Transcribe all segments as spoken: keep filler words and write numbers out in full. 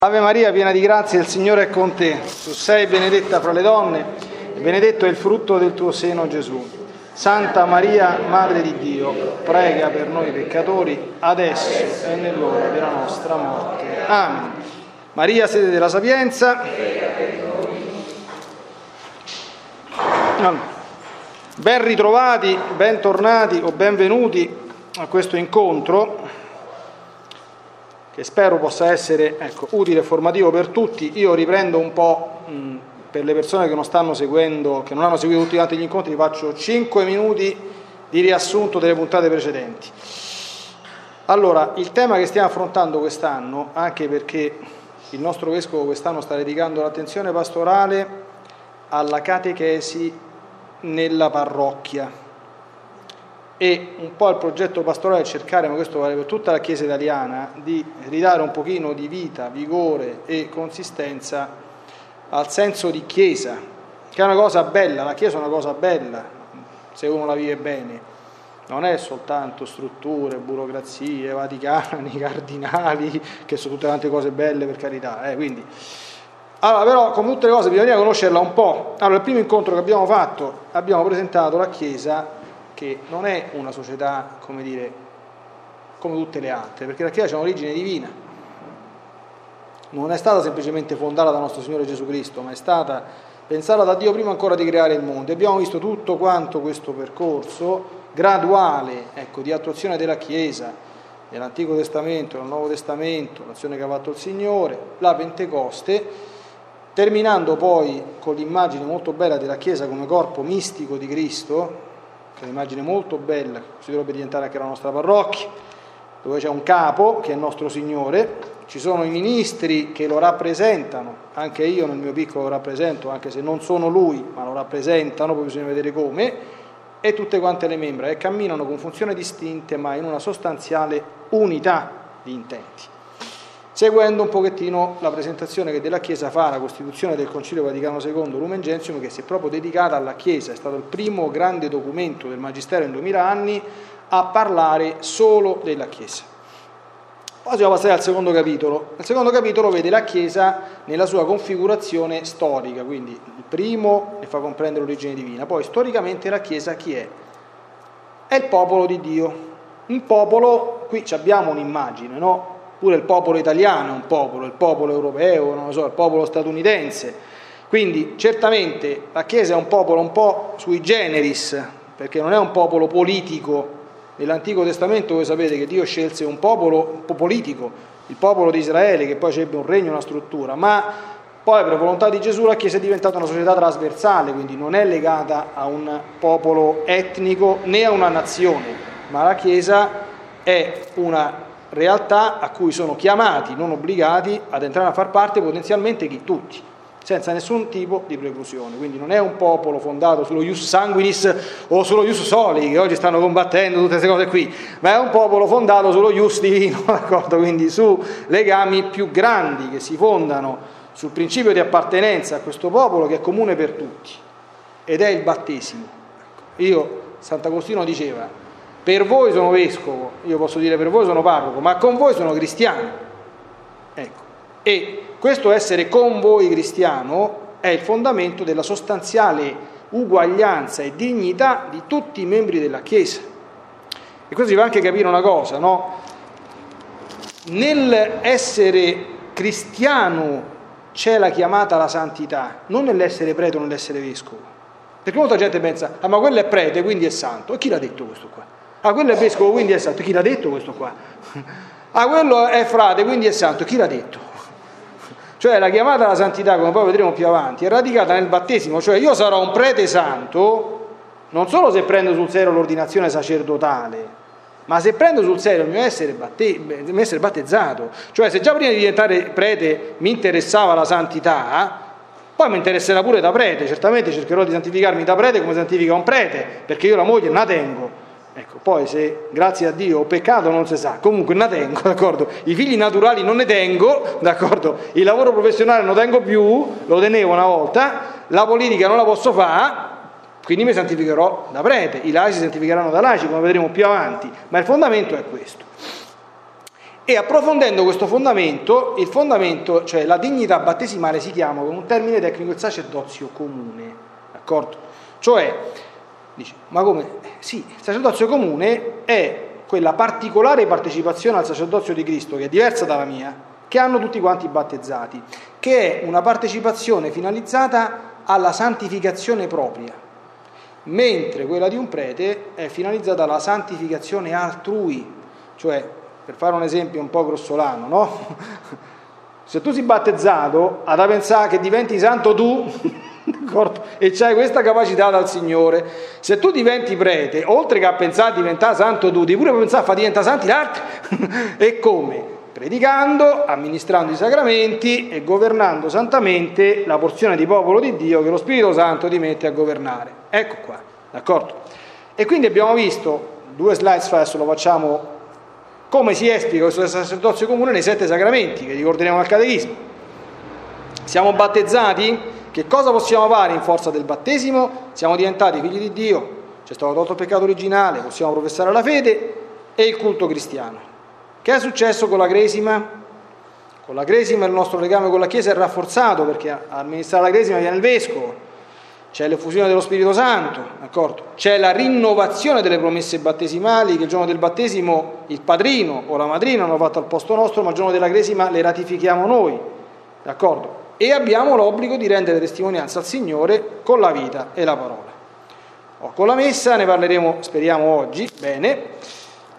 Ave Maria, piena di grazia, il Signore è con te. Tu sei benedetta fra le donne, e benedetto è il frutto del tuo seno, Gesù. Santa Maria, Madre di Dio, prega per noi peccatori, adesso e nell'ora della nostra morte. Amen. Maria, sede della sapienza. Ben ritrovati, bentornati o benvenuti a questo incontro, che spero possa essere ecco, utile e formativo per tutti. Io riprendo un po', mh, per le persone che non stanno seguendo, che non hanno seguito tutti quanti gli incontri, faccio cinque minuti di riassunto delle puntate precedenti. Allora, il tema che stiamo affrontando quest'anno, anche perché il nostro Vescovo quest'anno sta dedicando l'attenzione pastorale alla catechesi nella parrocchia, e un po' il progetto pastorale è cercare, ma questo vale per tutta la Chiesa italiana, di ridare un pochino di vita, vigore e consistenza al senso di Chiesa, che è una cosa bella. La Chiesa è una cosa bella se uno la vive bene, non è soltanto strutture, burocrazie, vaticani, cardinali, che sono tutte tante cose belle, per carità, eh, quindi... Allora, però, come tutte le cose bisogna conoscerla un po'. Allora, il primo incontro che abbiamo fatto, abbiamo presentato la Chiesa, che non è una società, come dire, come tutte le altre, perché la Chiesa ha un'origine divina, non è stata semplicemente fondata da nostro Signore Gesù Cristo, ma è stata pensata da Dio prima ancora di creare il mondo. Abbiamo visto tutto quanto questo percorso graduale, ecco, di attuazione della Chiesa nell'Antico Testamento, nel Nuovo Testamento, l'azione che ha fatto il Signore, la Pentecoste, terminando poi con l'immagine molto bella della Chiesa come corpo mistico di Cristo, che è un'immagine molto bella, si dovrebbe diventare anche la nostra parrocchia, dove c'è un capo che è il nostro Signore, ci sono i ministri che lo rappresentano, anche io nel mio piccolo lo rappresento, anche se non sono lui, ma lo rappresentano, poi bisogna vedere come, e tutte quante le membra, che camminano con funzioni distinte ma in una sostanziale unità di intenti. Seguendo un pochettino la presentazione che della Chiesa fa la Costituzione del Concilio Vaticano secondo Lumen Gentium, che si è proprio dedicata alla Chiesa, è stato il primo grande documento del Magistero in duemila anni a parlare solo della Chiesa. Poi siamo passati al secondo capitolo. Il secondo capitolo vede la Chiesa nella sua configurazione storica, quindi il primo ne fa comprendere l'origine divina, poi storicamente la Chiesa chi è? È il popolo di Dio. Un popolo, qui abbiamo un'immagine, no? Pure il popolo italiano è un popolo, il popolo europeo, non lo so, il popolo statunitense. Quindi certamente la Chiesa è un popolo un po' sui generis, perché non è un popolo politico. Nell'Antico Testamento voi sapete che Dio scelse un popolo un po' politico, il popolo di Israele, che poi ebbe un regno, una struttura, ma poi per volontà di Gesù la Chiesa è diventata una società trasversale, quindi non è legata a un popolo etnico né a una nazione, ma la Chiesa è una realtà a cui sono chiamati, non obbligati, ad entrare a far parte potenzialmente chi? Tutti, senza nessun tipo di preclusione. Quindi non è un popolo fondato sullo ius sanguinis o sullo ius soli, che oggi stanno combattendo tutte queste cose qui, ma è un popolo fondato sullo ius divino, d'accordo? Quindi su legami più grandi che si fondano sul principio di appartenenza a questo popolo che è comune per tutti, ed è il battesimo. Io, Sant'Agostino diceva: per voi sono vescovo, io posso dire per voi sono parroco, ma con voi sono cristiano. Ecco. E questo essere con voi cristiano è il fondamento della sostanziale uguaglianza e dignità di tutti i membri della Chiesa. E questo si va anche a capire una cosa, no? Nell'essere cristiano c'è la chiamata alla santità, non nell'essere prete o nell'essere vescovo. Perché molta gente pensa: ah, ma quello è prete, quindi è santo. E chi l'ha detto questo qua? Ah, quello è vescovo, quindi è santo. Chi l'ha detto questo qua? Ah, quello è frate, quindi è santo. Chi l'ha detto? Cioè la chiamata alla santità, come poi vedremo più avanti, è radicata nel battesimo. Cioè io sarò un prete santo non solo se prendo sul serio l'ordinazione sacerdotale, ma se prendo sul serio il mio essere, batte- il mio essere battezzato. Cioè se già prima di diventare prete mi interessava la santità, poi mi interesserà pure da prete. Certamente cercherò di santificarmi da prete come santifica un prete, perché io la moglie la tengo. Ecco, poi se grazie a Dio ho peccato non si sa, comunque ne tengo, d'accordo? I figli naturali non ne tengo, d'accordo? Il lavoro professionale non tengo più, lo tenevo una volta, la politica non la posso fare, quindi mi santificherò da prete, i laici si santificheranno da laici, come vedremo più avanti, ma il fondamento è questo. E approfondendo questo fondamento, il fondamento, cioè la dignità battesimale, si chiama con un termine tecnico il sacerdozio comune, d'accordo? Cioè, dice, ma come? Sì, il sacerdozio comune è quella particolare partecipazione al sacerdozio di Cristo, che è diversa dalla mia, che hanno tutti quanti i battezzati, che è una partecipazione finalizzata alla santificazione propria, mentre quella di un prete è finalizzata alla santificazione altrui. Cioè, per fare un esempio un po' grossolano, no? Se tu sei battezzato, ad pensare che diventi santo tu, d'accordo? E c'hai questa capacità dal Signore. Se tu diventi prete, oltre che a pensare a diventare santo tu, devi pure pensare a far diventare santi l'altro. E come? Predicando, amministrando i sacramenti e governando santamente la porzione di popolo di Dio che lo Spirito Santo ti mette a governare. Ecco qua, d'accordo? E quindi abbiamo visto, due slide fa, adesso lo facciamo, come si esplica questo sacerdozio comune nei sette sacramenti che ricorderemo al catechismo. Siamo battezzati? Che cosa possiamo fare in forza del battesimo? Siamo diventati figli di Dio, c'è stato tolto il peccato originale, possiamo professare la fede e il culto cristiano. Che è successo con la cresima? Con la cresima il nostro legame con la Chiesa è rafforzato, perché a amministrare la cresima viene il vescovo, c'è l'effusione dello Spirito Santo, d'accordo? C'è la rinnovazione delle promesse battesimali, che il giorno del battesimo il padrino o la madrina hanno fatto al posto nostro, ma il giorno della cresima le ratifichiamo noi, d'accordo? E abbiamo l'obbligo di rendere testimonianza al Signore con la vita e la parola. O con la messa, ne parleremo, speriamo, oggi, bene,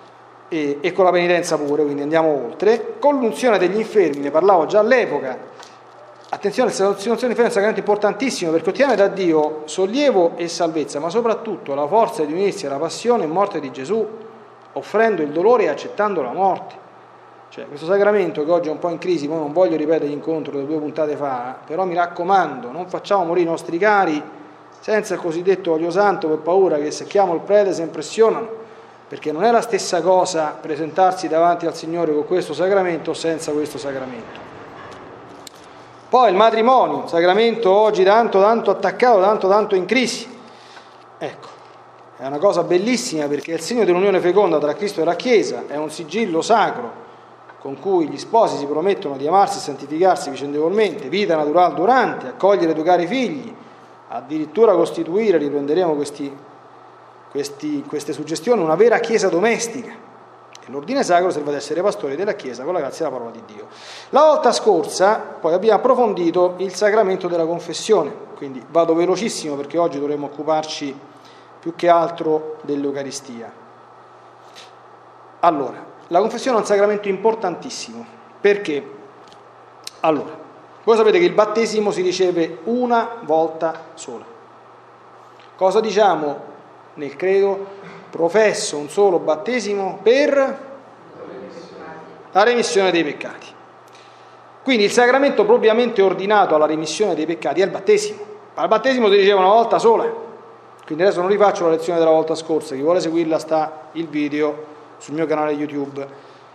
e, e con la penitenza pure, quindi andiamo oltre. Con l'unzione degli infermi, ne parlavo già all'epoca. Attenzione, l'unzione degli infermi è un sacramento importantissimo, perché ottiene da Dio sollievo e salvezza, ma soprattutto la forza di unirsi alla passione e morte di Gesù, offrendo il dolore e accettando la morte. Cioè, questo sacramento che oggi è un po' in crisi, poi non voglio ripetere l'incontro da due puntate fa, però mi raccomando, non facciamo morire i nostri cari senza il cosiddetto olio santo, per paura che se chiamo il prete si impressionano, perché non è la stessa cosa presentarsi davanti al Signore con questo sacramento o senza questo sacramento. Poi il matrimonio, sacramento oggi tanto tanto attaccato, tanto tanto in crisi. Ecco, è una cosa bellissima, perché è il segno dell'unione feconda tra Cristo e la Chiesa, è un sigillo sacro con cui gli sposi si promettono di amarsi e santificarsi vicendevolmente, vita naturale durante, accogliere ed educare i figli, addirittura costituire, riprenderemo questi, questi, queste suggestioni, una vera Chiesa domestica. E l'ordine sacro serve ad essere pastori della Chiesa con la grazia della parola di Dio. La volta scorsa poi abbiamo approfondito il sacramento della confessione, quindi vado velocissimo perché oggi dovremo occuparci più che altro dell'Eucaristia. Allora, la confessione è un sacramento importantissimo, perché? Allora, voi sapete che il battesimo si riceve una volta sola. Cosa diciamo nel credo? Professo un solo battesimo per la remissione dei peccati. Quindi il sacramento propriamente ordinato alla remissione dei peccati è il battesimo. Ma il battesimo si riceve una volta sola. Quindi adesso non rifaccio la lezione della volta scorsa, chi vuole seguirla sta il video sul mio canale YouTube.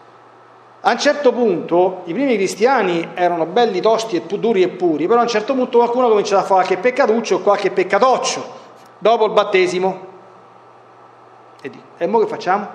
A un certo punto i primi cristiani erano belli tosti e duri e puri, però a un certo punto qualcuno ha cominciato a fare qualche peccatuccio o qualche peccatoccio dopo il battesimo. E dico, e mo che facciamo?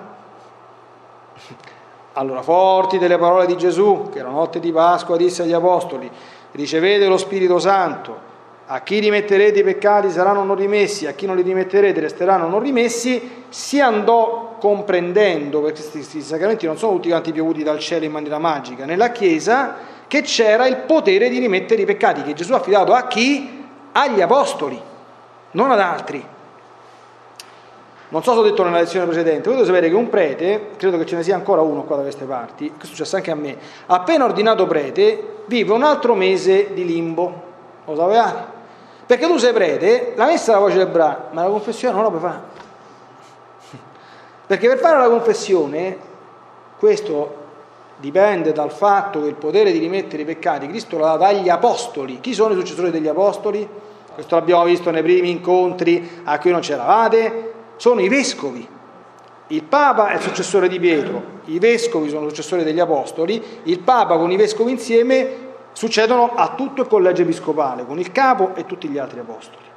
Allora, forti delle parole di Gesù, che la notte di Pasqua disse agli apostoli: ricevete lo Spirito Santo, a chi rimetterete i peccati saranno non rimessi, a chi non li rimetterete resteranno non rimessi, si andò comprendendo, perché questi sacramenti non sono tutti quanti piovuti dal cielo in maniera magica, nella Chiesa, che c'era il potere di rimettere i peccati, che Gesù ha affidato a chi? Agli apostoli, non ad altri. Non so se ho detto nella lezione precedente, voi dovete sapere che un prete, credo che ce ne sia ancora uno qua da queste parti, che è successo anche a me, appena ordinato prete, vive un altro mese di limbo, lo sapevate? Perché tu sei prete, la messa la puoi celebrare, ma la confessione non la puoi fare. Perché per fare la confessione, questo dipende dal fatto che il potere di rimettere i peccati Cristo lo ha dato agli apostoli. Chi sono i successori degli apostoli? Questo l'abbiamo visto nei primi incontri a cui non c'eravate. Sono i vescovi. Il Papa è il successore di Pietro, i vescovi sono i successori degli apostoli, il Papa con i vescovi insieme succedono a tutto il collegio episcopale, con il capo e tutti gli altri apostoli.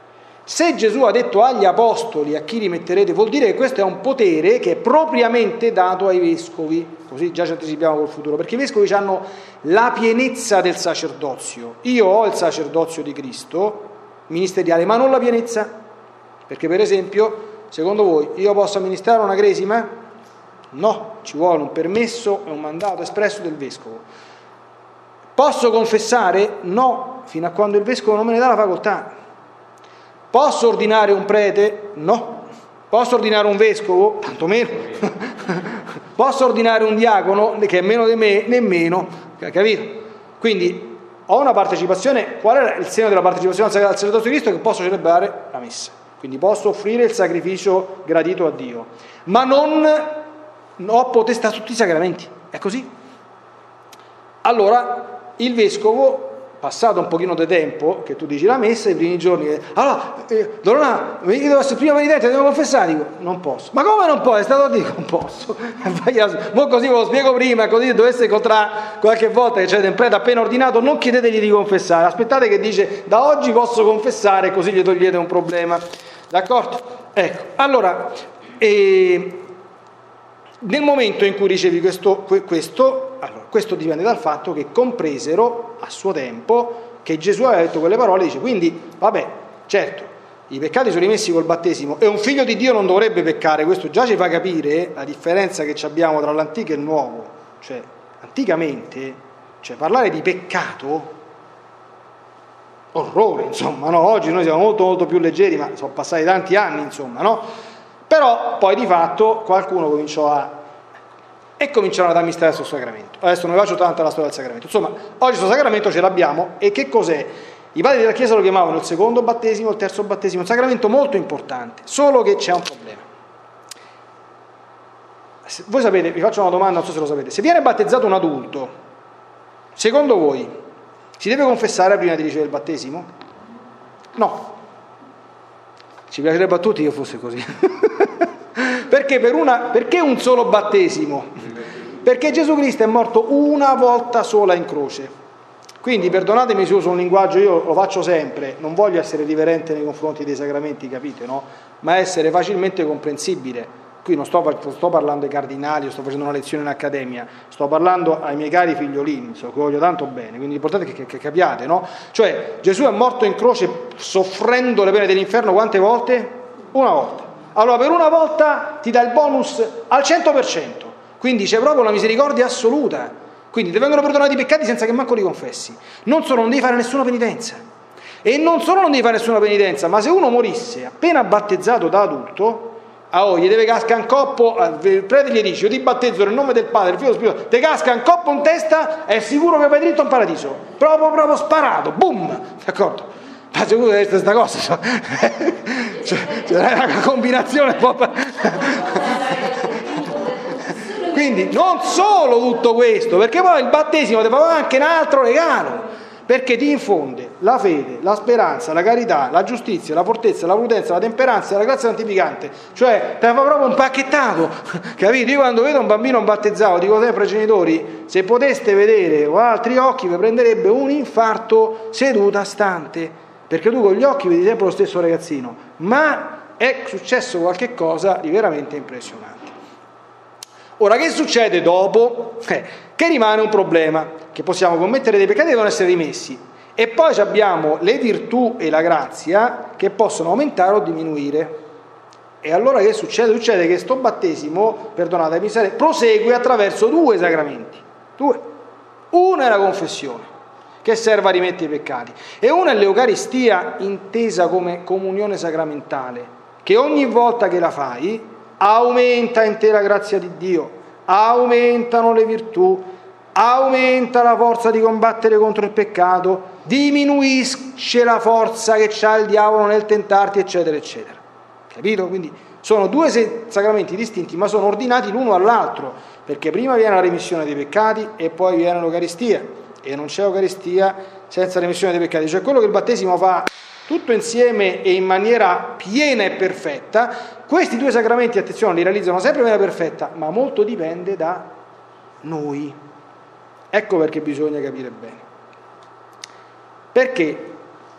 Se Gesù ha detto agli apostoli a chi li metterete, vuol dire che questo è un potere che è propriamente dato ai vescovi, così già ci anticipiamo col futuro, perché i vescovi hanno la pienezza del sacerdozio. Io ho il sacerdozio di Cristo, ministeriale, ma non la pienezza, perché per esempio, secondo voi, io posso amministrare una cresima? No, ci vuole un permesso e un mandato espresso del vescovo. Posso confessare? No, fino a quando il vescovo non me ne dà la facoltà. Posso ordinare un prete? No. Posso ordinare un vescovo? Tanto meno. Posso ordinare un diacono, che è meno di me? Nemmeno. Capito? Quindi ho una partecipazione. Qual è il segno della partecipazione al sacerdozio di Cristo? Che posso celebrare la messa. Quindi posso offrire il sacrificio gradito a Dio. Ma non ho potestà su tutti i sacramenti. È così. Allora, il vescovo, passato un pochino di tempo, che tu dici la messa, i primi giorni, allora, eh, Donna, io devo essere prima penitente, devo confessare, dico, non posso. Ma come non puoi? È stato a dire, non posso. Ma così ve lo spiego prima, così dovesse incontrare qualche volta che c'è un prete appena ordinato, non chiedetegli di confessare, aspettate che dice, da oggi posso confessare, così gli togliete un problema. D'accordo? Ecco, allora, eh, nel momento in cui ricevi questo, questo, allora, questo dipende dal fatto che compresero a suo tempo che Gesù aveva detto quelle parole, dice, quindi, vabbè, certo, i peccati sono rimessi col battesimo e un figlio di Dio non dovrebbe peccare, questo già ci fa capire la differenza che abbiamo tra l'antico e il nuovo, cioè, anticamente, cioè, parlare di peccato, orrore, insomma, no? Oggi noi siamo molto molto più leggeri, ma sono passati tanti anni, insomma, no? Però poi di fatto qualcuno cominciò a e cominciarono ad amministrare questo sacramento. Adesso non vi faccio tanto la storia del sacramento, insomma, oggi questo sacramento ce l'abbiamo e che cos'è? I padri della Chiesa lo chiamavano il secondo battesimo, il terzo battesimo, un sacramento molto importante, solo che c'è un problema. Voi sapete, vi faccio una domanda, non so se lo sapete, se viene battezzato un adulto, secondo voi si deve confessare prima di ricevere il battesimo? No. Ci piacerebbe a tutti che fosse così. Perché, per una, perché un solo battesimo? Perché Gesù Cristo è morto una volta sola in croce. Quindi perdonatemi se uso un linguaggio, io lo faccio sempre, non voglio essere riverente nei confronti dei sacramenti, capite, no? Ma essere facilmente comprensibile. Qui non sto, non sto parlando ai cardinali, sto facendo una lezione in accademia, sto parlando ai miei cari figliolini, so, che voglio tanto bene, quindi l'importante è che, che, che capiate, no? Cioè, Gesù è morto in croce soffrendo le pene dell'inferno quante volte? Una volta. Allora, per una volta ti dà il bonus al cento per cento, quindi c'è proprio una misericordia assoluta, quindi ti vengono perdonati i peccati senza che manco li confessi. Non solo non devi fare nessuna penitenza, e non solo non devi fare nessuna penitenza, ma se uno morisse appena battezzato da adulto, ah, oh, gli deve cascare un coppo, il prete gli dice, io ti battezzo nel nome del Padre, del Figlio e dello Spirito, ti casca un coppo in testa, è sicuro che vai dritto in paradiso, proprio, proprio sparato, boom, d'accordo? Ma sicuro di questa cosa, cioè, cioè, è una combinazione un po'... Quindi non solo tutto questo, perché poi il battesimo ti fa anche un altro regalo, perché ti infonde la fede, la speranza, la carità, la giustizia, la fortezza, la prudenza, la temperanza e la grazia santificante, cioè te fa proprio un pacchettato, capito? Io quando vedo un bambino battezzato dico sempre ai genitori, se poteste vedere con altri occhi vi prenderebbe un infarto seduta stante, perché tu con gli occhi vedi sempre lo stesso ragazzino, ma è successo qualche cosa di veramente impressionante. Ora, che succede dopo? Eh, che rimane un problema, che possiamo commettere dei peccati che devono essere rimessi, e poi abbiamo le virtù e la grazia che possono aumentare o diminuire. E allora che succede? Succede che sto battesimo, perdonatemi, prosegue attraverso due sacramenti. Due. Uno è la confessione, che serve a rimettere i peccati, e una è l'Eucaristia, intesa come comunione sacramentale, che ogni volta che la fai aumenta in te la grazia di Dio, aumentano le virtù, aumenta la forza di combattere contro il peccato, diminuisce la forza che c'ha il diavolo nel tentarti, eccetera, eccetera. Capito? Quindi sono due sacramenti distinti, ma sono ordinati l'uno all'altro, perché prima viene la remissione dei peccati e poi viene l'Eucaristia, e non c'è Eucaristia senza remissione dei peccati. Cioè quello che il battesimo fa tutto insieme e in maniera piena e perfetta, questi due sacramenti, attenzione, li realizzano sempre in maniera perfetta, ma molto dipende da noi. Ecco perché bisogna capire bene. Perché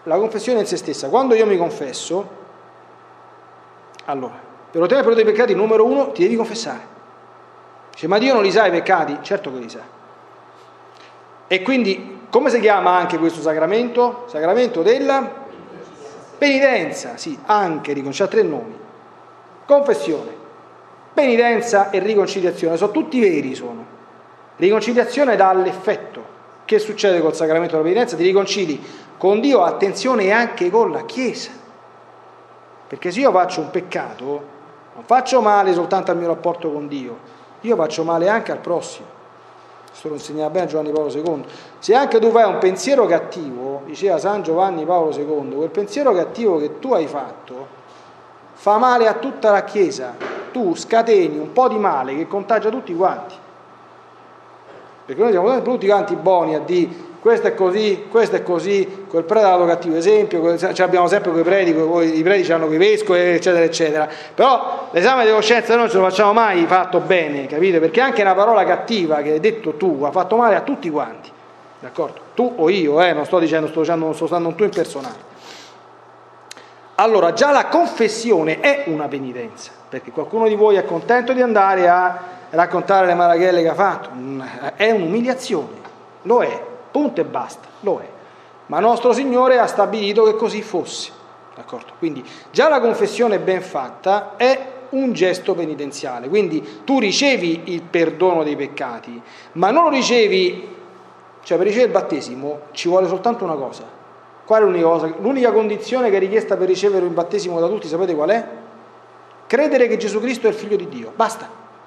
la confessione in se stessa. Quando io mi confesso, allora, per ottenere il perdono dei peccati, numero uno, ti devi confessare. Dice, ma Dio non li sa i peccati? Certo che li sa. E quindi, come si chiama anche questo sacramento? Sacramento della penitenza, sì, anche riconciliazione, ha tre nomi. Confessione, penitenza e riconciliazione, sono tutti veri, sono. Riconciliazione dà l'effetto. Che succede col sacramento della penitenza? Ti riconcili con Dio, attenzione, anche con la Chiesa. Perché se io faccio un peccato, non faccio male soltanto al mio rapporto con Dio, io faccio male anche al prossimo. Questo lo insegnava bene Giovanni Paolo secondo. Se anche tu fai un pensiero cattivo, diceva San Giovanni Paolo secondo, quel pensiero cattivo che tu hai fatto fa male a tutta la Chiesa. Tu scateni un po' di male che contagia tutti quanti. Perché noi siamo tutti quanti buoni a dire questo è così, questo è così, quel prete ha dato cattivo esempio, cioè abbiamo sempre quei preti, i preti hanno quei vescovi, eccetera, eccetera. Però l'esame di coscienza noi non ce lo facciamo mai fatto bene, capite? Perché anche una parola cattiva che hai detto tu ha fatto male a tutti quanti, d'accordo? Tu o io, eh, non sto dicendo, sto dicendo, non sto stando un tu impersonale. Allora, già la confessione è una penitenza, perché qualcuno di voi è contento di andare a raccontare le marachelle che ha fatto, è un'umiliazione, lo è. Punto e basta, lo è. Ma nostro Signore ha stabilito che così fosse. D'accordo? Quindi già la confessione ben fatta è un gesto penitenziale. Quindi tu ricevi il perdono dei peccati, ma non lo ricevi, cioè per ricevere il battesimo ci vuole soltanto una cosa. Qual è l'unica cosa? L'unica condizione che è richiesta per ricevere il battesimo da tutti, sapete qual è? Credere che Gesù Cristo è il Figlio di Dio. Basta.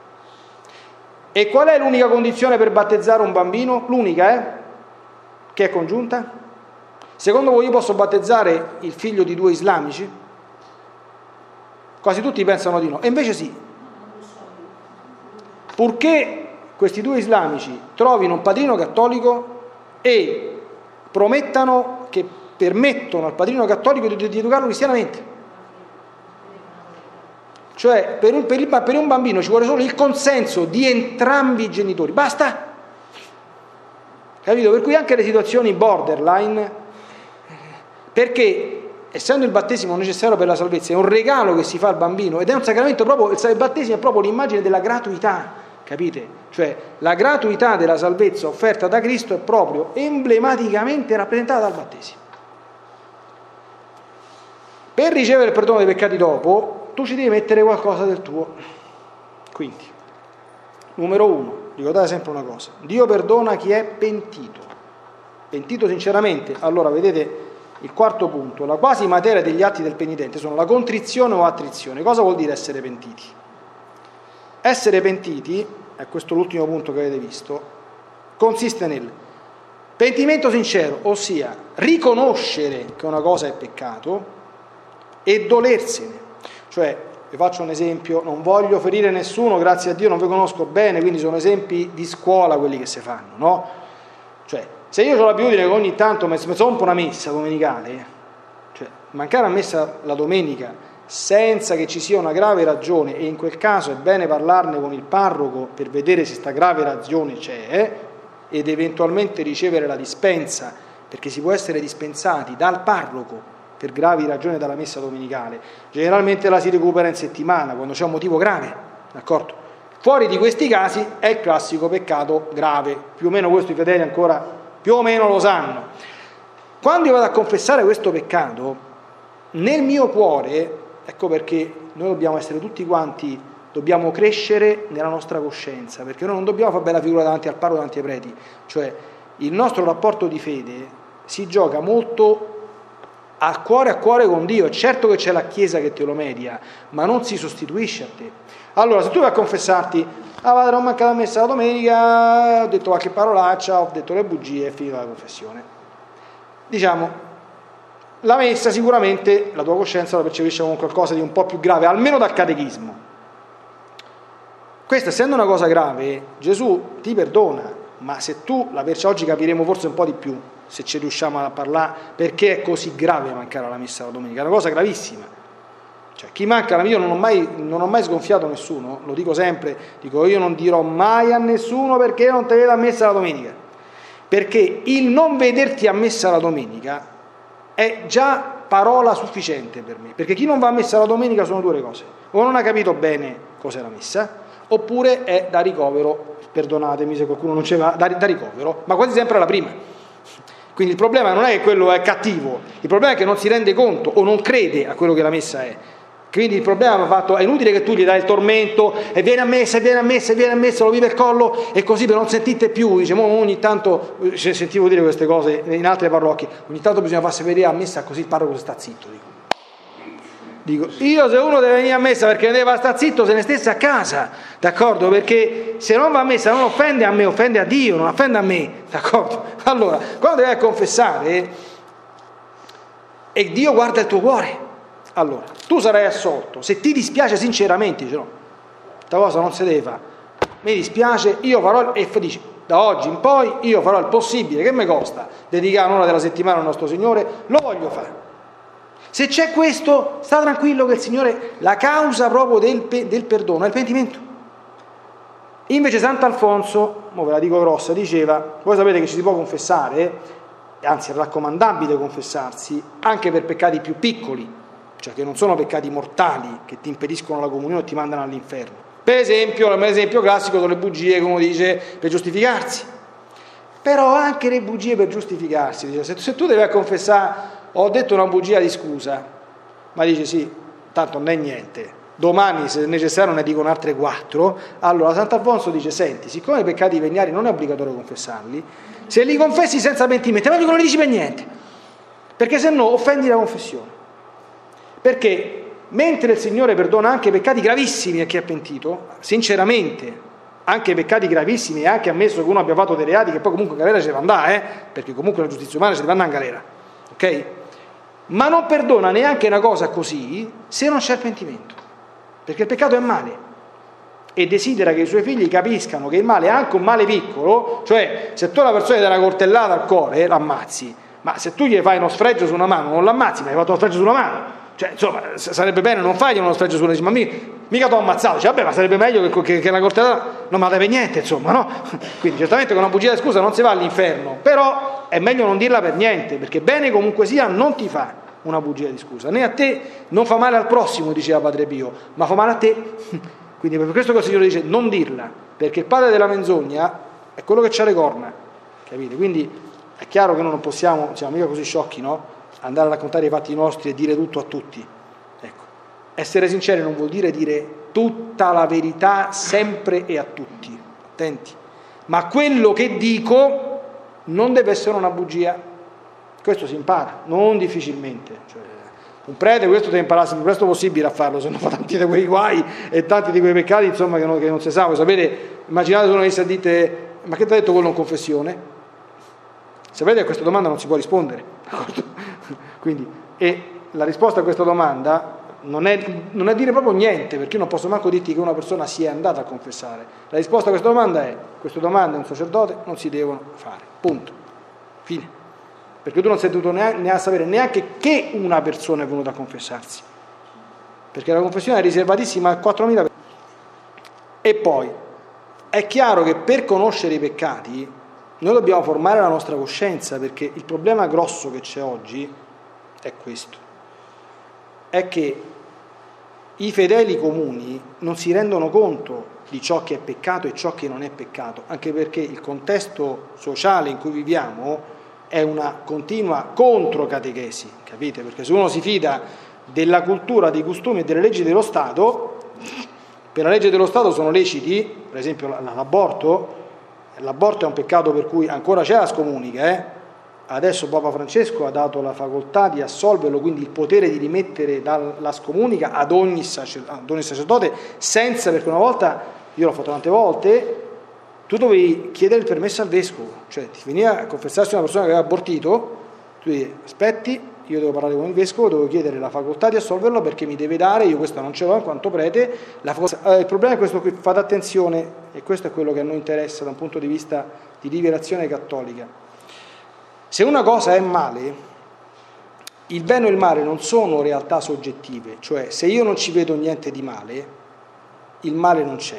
E qual è l'unica condizione per battezzare un bambino? L'unica, eh? Che è congiunta? Secondo voi io posso battezzare il figlio di due islamici? Quasi tutti pensano di no, e invece sì. Purché questi due islamici trovino un padrino cattolico e promettano che permettono al padrino cattolico di, di educarlo cristianamente. Cioè per un, per, il, per un bambino ci vuole solo il consenso di entrambi i genitori, basta. Capito? Per cui anche le situazioni borderline, perché essendo il battesimo necessario per la salvezza, è un regalo che si fa al bambino ed è un sacramento proprio, il battesimo è proprio l'immagine della gratuità, capite? Cioè la gratuità della salvezza offerta da Cristo è proprio emblematicamente rappresentata dal battesimo. Per ricevere il perdono dei peccati dopo, tu ci devi mettere qualcosa del tuo. Quindi, numero uno, ricordate sempre una cosa, Dio perdona chi è pentito, pentito sinceramente. Allora vedete il quarto punto, la quasi materia degli atti del penitente sono la contrizione o attrizione. Cosa vuol dire essere pentiti? Essere pentiti, è questo l'ultimo punto che avete visto, consiste nel pentimento sincero, ossia riconoscere che una cosa è peccato e dolersene. Cioè, vi faccio un esempio, non voglio ferire nessuno, grazie a Dio non vi conosco bene, quindi sono esempi di scuola quelli che si fanno, no? Cioè, se io ho l'abitudine che ogni tanto mi rompo una messa domenicale, cioè mancare a messa la domenica senza che ci sia una grave ragione, e in quel caso è bene parlarne con il parroco per vedere se sta grave ragione c'è, ed eventualmente ricevere la dispensa, perché si può essere dispensati dal parroco per gravi ragioni dalla messa domenicale. Generalmente la si recupera in settimana, quando c'è un motivo grave, d'accordo? Fuori di questi casi è il classico peccato grave, più o meno questo i fedeli ancora più o meno lo sanno. Quando io vado a confessare questo peccato, nel mio cuore, ecco perché noi dobbiamo essere tutti quanti, dobbiamo crescere nella nostra coscienza, perché noi non dobbiamo fare bella figura davanti al parroco, davanti ai preti, cioè il nostro rapporto di fede si gioca molto a cuore a cuore con Dio. È certo che c'è la Chiesa che te lo media, ma non si sostituisce a te. Allora, se tu vai a confessarti, ah padre, non manca la messa la domenica, ho detto qualche parolaccia, ho detto le bugie, è finita la confessione. Diciamo, la messa sicuramente la tua coscienza la percepisce come qualcosa di un po' più grave, almeno dal catechismo. Questa, essendo una cosa grave, Gesù ti perdona, ma se tu la percepisci, oggi capiremo forse un po' di più, se ci riusciamo a parlare, perché è così grave mancare alla messa la domenica, è una cosa gravissima. Cioè, chi manca, io non ho mai, non ho mai sgonfiato nessuno, lo dico sempre, dico io non dirò mai a nessuno perché non te vedo a messa la domenica, perché il non vederti a messa la domenica è già parola sufficiente per me, perché chi non va a messa la domenica sono due cose: o non ha capito bene cos'è la messa, oppure è da ricovero, perdonatemi se qualcuno non ce va, da, da ricovero, ma quasi sempre la prima. Quindi il problema non è che quello è cattivo, il problema è che non si rende conto o non crede a quello che la messa è. Quindi il problema va fatto, è inutile che tu gli dai il tormento e vieni a messa, e vieni a messa, e vieni a messa, lo vive il collo e così per non sentite più. Dice, ogni tanto, sentivo dire queste cose in altre parrocchie, ogni tanto bisogna farsi vedere a messa così il parroco sta zitto. Dico. Dico, io se uno deve venire a messa perché ne deve stare zitto, se ne stesse a casa, d'accordo? Perché se non va a messa non offende a me, offende a Dio, non offende a me, d'accordo? Allora, quando devi confessare e Dio guarda il tuo cuore, allora, tu sarai assolto. Se ti dispiace sinceramente, dice no, questa cosa non si deve fare, mi dispiace, io farò, e dici, da oggi in poi io farò il possibile, che mi costa dedicare un'ora della settimana al nostro Signore, lo voglio fare. Se c'è questo, sta tranquillo che il Signore, la causa proprio del, del perdono è il pentimento. Invece Sant'Alfonso, mo ve la dico grossa, diceva, voi sapete che ci si può confessare, anzi è raccomandabile confessarsi, anche per peccati più piccoli, cioè che non sono peccati mortali che ti impediscono la comunione e ti mandano all'inferno. Per esempio, l'esempio classico sono le bugie, come dice, per giustificarsi. Però anche le bugie per giustificarsi, dice, se, se tu devi confessare, ho detto una bugia di scusa, ma dice sì, tanto non è niente, domani se necessario ne dicono altre quattro, allora Sant'Alfonso dice, senti, siccome i peccati veniali non è obbligatorio confessarli, se li confessi senza pentimento, è meglio che non li dici per niente, perché se no offendi la confessione. Perché mentre il Signore perdona anche peccati gravissimi a chi è pentito, sinceramente, anche peccati gravissimi, è anche ammesso che uno abbia fatto dei reati che poi comunque in galera ci deve andare, eh? Perché comunque la giustizia umana ci deve andare in galera, ok? Ma non perdona neanche una cosa così se non c'è il pentimento, perché il peccato è male e desidera che i suoi figli capiscano che il male è anche un male piccolo, cioè se tu a una persona gli dai una coltellata al cuore l'ammazzi, ma se tu gli fai uno sfregio su una mano non l'ammazzi, ma hai fatto uno sfregio sulla mano. Cioè, insomma, sarebbe bene non fargli uno sfregio sulla ma mica, mica ti ho ammazzato, cioè, vabbè, ma sarebbe meglio che, che, che la coltellata non mi deve niente, insomma, no? Quindi certamente con una bugia di scusa non si va all'inferno, però è meglio non dirla per niente, perché bene comunque sia non ti fa una bugia di scusa, né a te, non fa male al prossimo, diceva Padre Pio, ma fa male a te. Quindi per questo che il Signore dice non dirla, perché il padre della menzogna è quello che c'ha le corna, capite? Quindi è chiaro che noi non possiamo, siamo mica così sciocchi, no? Andare a raccontare i fatti nostri e dire tutto a tutti. Ecco. Essere sinceri non vuol dire dire tutta la verità sempre e a tutti, attenti, ma quello che dico non deve essere una bugia. Questo si impara, non difficilmente, cioè, un prete questo deve imparare il più presto possibile a farlo, se no fa tanti di quei guai e tanti di quei peccati, insomma, che non, che non si sa. Voi sapete, immaginate se uno venisse a dire, ma che ti ha detto quello in confessione? Sapete che a questa domanda non si può rispondere, quindi, e la risposta a questa domanda non è, non è dire proprio niente, perché io non posso manco dirti che una persona sia andata a confessare. La risposta a questa domanda è, queste domande a un sacerdote non si devono fare, punto, fine, perché tu non sei dovuto neanche a sapere neanche che una persona è venuta a confessarsi, perché la confessione è riservatissima a quattromila persone. E poi è chiaro che per conoscere i peccati noi dobbiamo formare la nostra coscienza, perché il problema grosso che c'è oggi è questo, è che i fedeli comuni non si rendono conto di ciò che è peccato e ciò che non è peccato, anche perché il contesto sociale in cui viviamo è una continua controcatechesi, capite? Perché se uno si fida della cultura, dei costumi e delle leggi dello Stato, per la legge dello Stato sono leciti, per esempio l'aborto, l'aborto è un peccato per cui ancora c'è la scomunica, eh? Adesso Papa Francesco ha dato la facoltà di assolverlo, quindi il potere di rimettere la scomunica ad ogni, sacer- ad ogni sacerdote, senza, perché una volta, io l'ho fatto tante volte, tu dovevi chiedere il permesso al vescovo, cioè ti veniva a confessarsi una persona che aveva abortito, tu dici aspetti, io devo parlare con il vescovo, devo chiedere la facoltà di assolverlo perché mi deve dare, io questa non ce l'ho in quanto prete, la facoltà. Allora, il problema è questo qui, fate attenzione, e questo è quello che a noi interessa da un punto di vista di rivelazione cattolica. Se una cosa è male, il bene o il male non sono realtà soggettive, cioè se io non ci vedo niente di male, il male non c'è.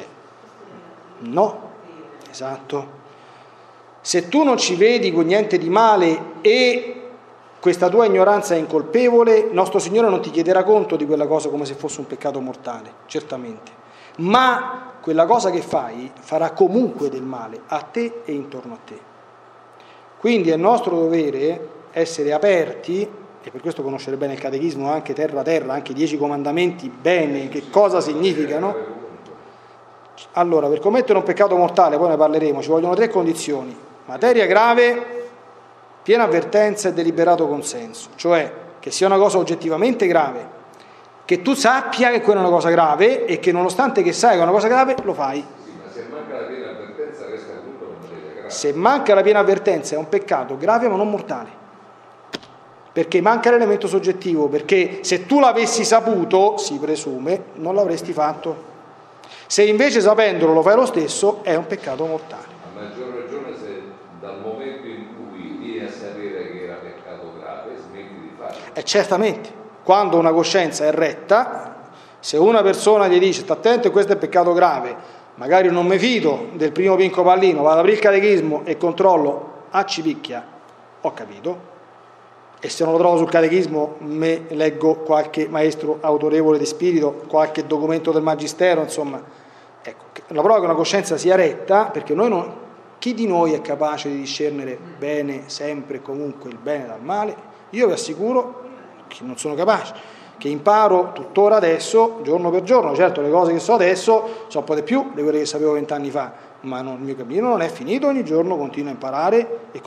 No, esatto. Se tu non ci vedi con niente di male e questa tua ignoranza è incolpevole, nostro Signore non ti chiederà conto di quella cosa come se fosse un peccato mortale, certamente, ma quella cosa che fai farà comunque del male a te e intorno a te. Quindi è nostro dovere essere aperti, e per questo conoscere bene il catechismo, anche terra terra, anche i dieci comandamenti, bene, che cosa significano. Allora, per commettere un peccato mortale, poi ne parleremo, ci vogliono tre condizioni: materia grave, piena avvertenza e deliberato consenso, cioè che sia una cosa oggettivamente grave, che tu sappia che quella è una cosa grave e che nonostante che sai che è una cosa grave, lo fai. Sì, ma se manca la piena avvertenza resta comunque una materia grave. Se manca la piena avvertenza è un peccato grave ma non mortale, perché manca l'elemento soggettivo, perché se tu l'avessi saputo, si presume, non l'avresti fatto. Se invece sapendolo lo fai lo stesso, è un peccato mortale. A maggior ragione se dal momento in cui vieni a sapere che era peccato grave, smetti di farlo. E certamente, quando una coscienza è retta, se una persona gli dice sta attento, questo è peccato grave, magari non mi fido del primo pinco pallino, vado ad aprire il catechismo e controllo, a cipicchia, ho capito, e se non lo trovo sul catechismo me leggo qualche maestro autorevole di spirito, qualche documento del magistero, insomma, ecco, la prova che una coscienza sia retta, perché noi non, chi di noi è capace di discernere bene, sempre e comunque il bene dal male? Io vi assicuro che non sono capace, che imparo tuttora adesso, giorno per giorno. Certo, le cose che so adesso so un po' di più di quelle che sapevo vent'anni fa, ma non, il mio cammino non è finito, ogni giorno continuo a imparare e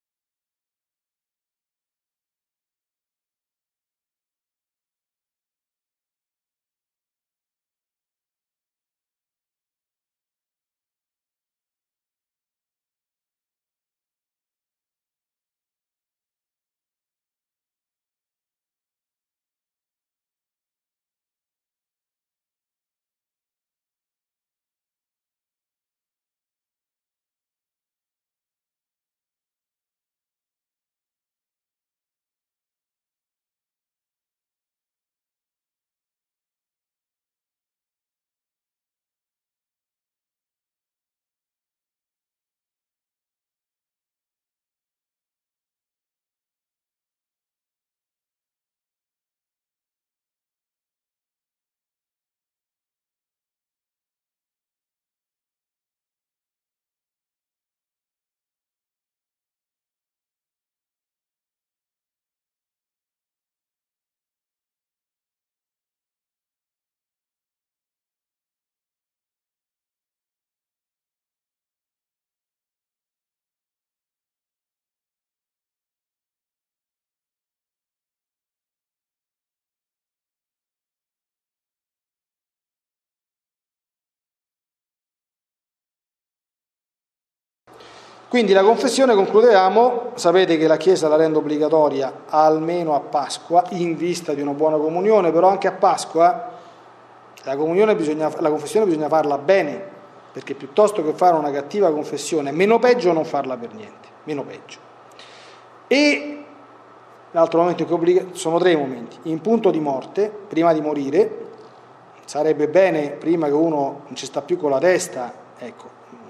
quindi la confessione, concludevamo, sapete che la Chiesa la rende obbligatoria almeno a Pasqua, in vista di una buona comunione, però anche a Pasqua la, comunione bisogna, la confessione bisogna farla bene, perché piuttosto che fare una cattiva confessione, meno peggio non farla per niente, meno peggio. E l'altro momento che obbliga, sono tre momenti: in punto di morte, prima di morire, sarebbe bene, prima che uno non ci sta più con la testa, ecco,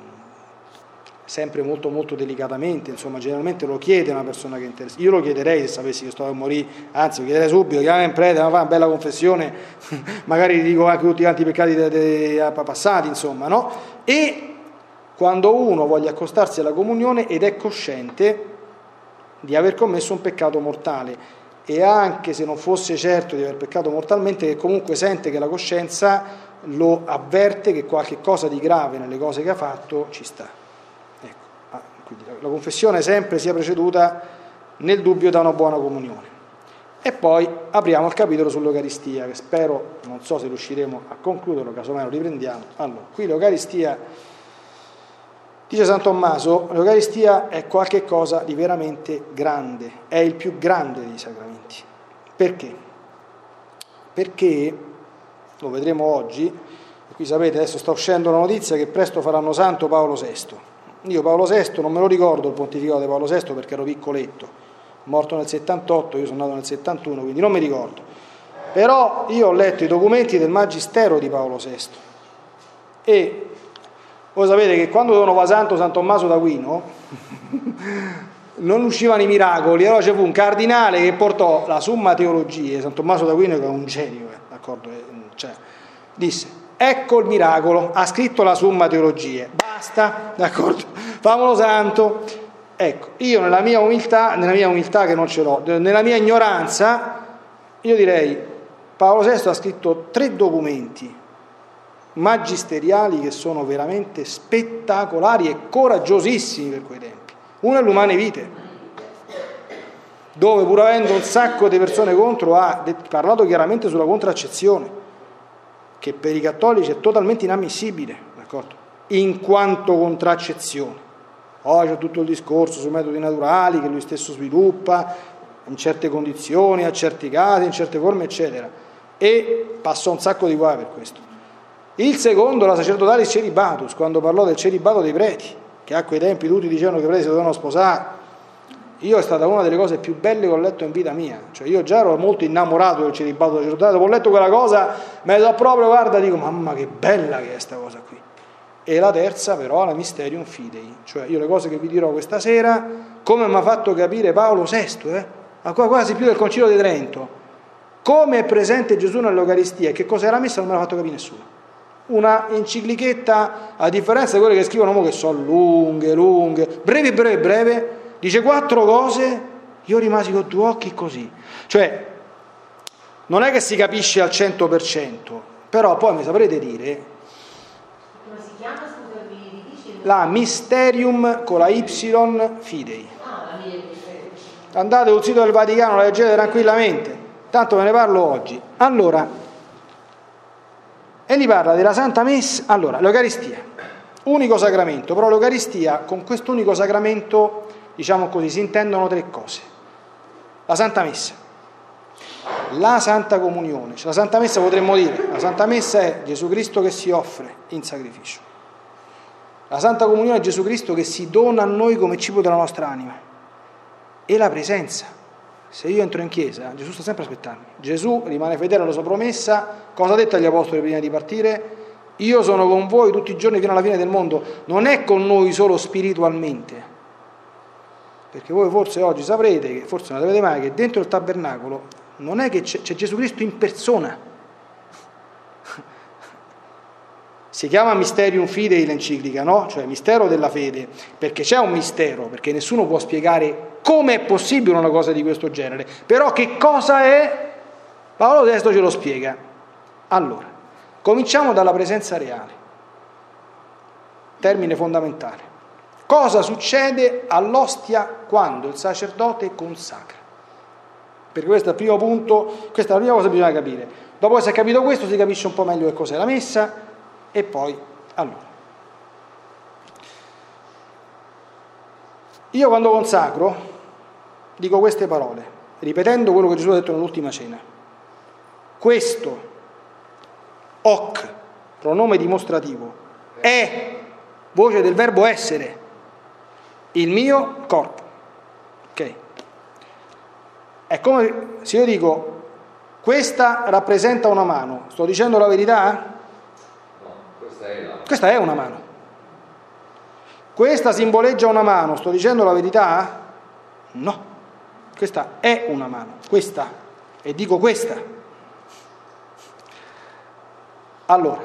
sempre molto molto delicatamente, insomma, generalmente lo chiede una persona che interessa. Io lo chiederei se sapessi che sto a morire, anzi lo chiederei subito, chiamami in prete, ma fa una bella confessione, magari gli dico anche tutti quanti i peccati de, de, de, passati, insomma, no? E quando uno voglia accostarsi alla comunione ed è cosciente di aver commesso un peccato mortale, e anche se non fosse certo di aver peccato mortalmente, che comunque sente che la coscienza lo avverte che qualche cosa di grave nelle cose che ha fatto ci sta. Quindi la confessione sempre sia preceduta nel dubbio da una buona comunione. E poi apriamo il capitolo sull'Eucaristia, che spero, non so se riusciremo a concluderlo, casomai lo riprendiamo. Allora, qui l'Eucaristia, dice San Tommaso, l'Eucaristia è qualche cosa di veramente grande, è il più grande dei sacramenti. Perché? Perché, lo vedremo oggi, e qui sapete adesso sta uscendo la notizia che presto faranno santo Paolo sesto. Io Paolo sesto non me lo ricordo il pontificato di Paolo sesto perché ero piccoletto, morto nel settantotto, io sono nato nel settantuno, quindi non mi ricordo. Però io ho letto i documenti del Magistero di Paolo sesto e voi sapete che quando devono fare santo San Tommaso d'Aquino, non uscivano i miracoli, allora c'è fu un cardinale che portò la Summa Theologiae, San Tommaso d'Aquino, che è un genio, eh, d'accordo? Cioè, disse, ecco il miracolo, ha scritto la Summa Theologiae, basta, d'accordo? Famolo santo. Ecco, io nella mia umiltà, nella mia umiltà che non ce l'ho, nella mia ignoranza, io direi, Paolo sesto ha scritto tre documenti magisteriali che sono veramente spettacolari e coraggiosissimi per quei tempi. Uno è l'Umane Vite, dove pur avendo un sacco di persone contro ha parlato chiaramente sulla contraccezione, che per i cattolici è totalmente inammissibile, d'accordo? In quanto contraccezione. Oggi c'è tutto il discorso sui metodi naturali che lui stesso sviluppa in certe condizioni, a certi casi, in certe forme, eccetera. E passò un sacco di guai per questo. Il secondo, la Sacerdotalis Celibatus, quando parlò del celibato dei preti, che a quei tempi tutti dicevano che i preti si dovevano sposare. Io è stata una delle cose più belle che ho letto in vita mia. Cioè io già ero molto innamorato del celibato sacerdotale, dopo ho letto quella cosa, me la so proprio, guarda, dico, mamma che bella che è questa cosa qui. E la terza però la Mysterium Fidei, cioè io le cose che vi dirò questa sera, come mi ha fatto capire Paolo sesto, eh? Ma qua quasi più del Concilio di Trento, come è presente Gesù nell'Eucaristia e che cosa era messa non me l'ha fatto capire nessuno. Una enciclichetta, a differenza di quelle che scrivono mo che sono lunghe, lunghe, breve, breve, breve, dice quattro cose, io rimasi con due occhi così. Cioè, non è che si capisce al cento per cento, però poi mi saprete dire... La Mysterium con la Y Fidei. Andate sul sito del Vaticano, la leggete tranquillamente, tanto ve ne parlo oggi. Allora, e gli parla della Santa Messa. Allora, l'Eucaristia, unico sacramento, però l'Eucaristia, con questo unico sacramento, diciamo così, si intendono tre cose. La Santa Messa, la Santa Comunione, cioè la Santa Messa potremmo dire, la Santa Messa è Gesù Cristo che si offre in sacrificio. La Santa Comunione è Gesù Cristo che si dona a noi come cibo della nostra anima. E la presenza. Se io entro in chiesa, Gesù sta sempre a aspettarmi. Gesù rimane fedele alla sua promessa. Cosa ha detto agli apostoli prima di partire? Io sono con voi tutti i giorni fino alla fine del mondo. Non è con noi solo spiritualmente. Perché voi forse oggi saprete, che forse non sapete mai, che dentro il tabernacolo non è che c'è, c'è Gesù Cristo in persona. Si chiama Mysterium Fidei l'enciclica, no? Cioè mistero della fede, perché c'è un mistero, perché nessuno può spiegare come è possibile una cosa di questo genere. Però che cosa è? Paolo sesto ce lo spiega. Allora, cominciamo dalla presenza reale. Termine fondamentale. Cosa succede all'ostia quando il sacerdote consacra? Perché questo è il primo punto, questa è la prima cosa che bisogna capire. Dopo essere capito questo si capisce un po' meglio che cos'è la messa. E poi, allora, io quando consacro dico queste parole, ripetendo quello che Gesù ha detto nell'ultima cena. Questo, hoc, pronome dimostrativo, è, voce del verbo essere, il mio corpo. Ok? È come se io dico, questa rappresenta una mano, sto dicendo la verità? Questa è una mano. Questa simboleggia una mano, sto dicendo la verità? No. Questa è una mano, questa, e dico questa. Allora,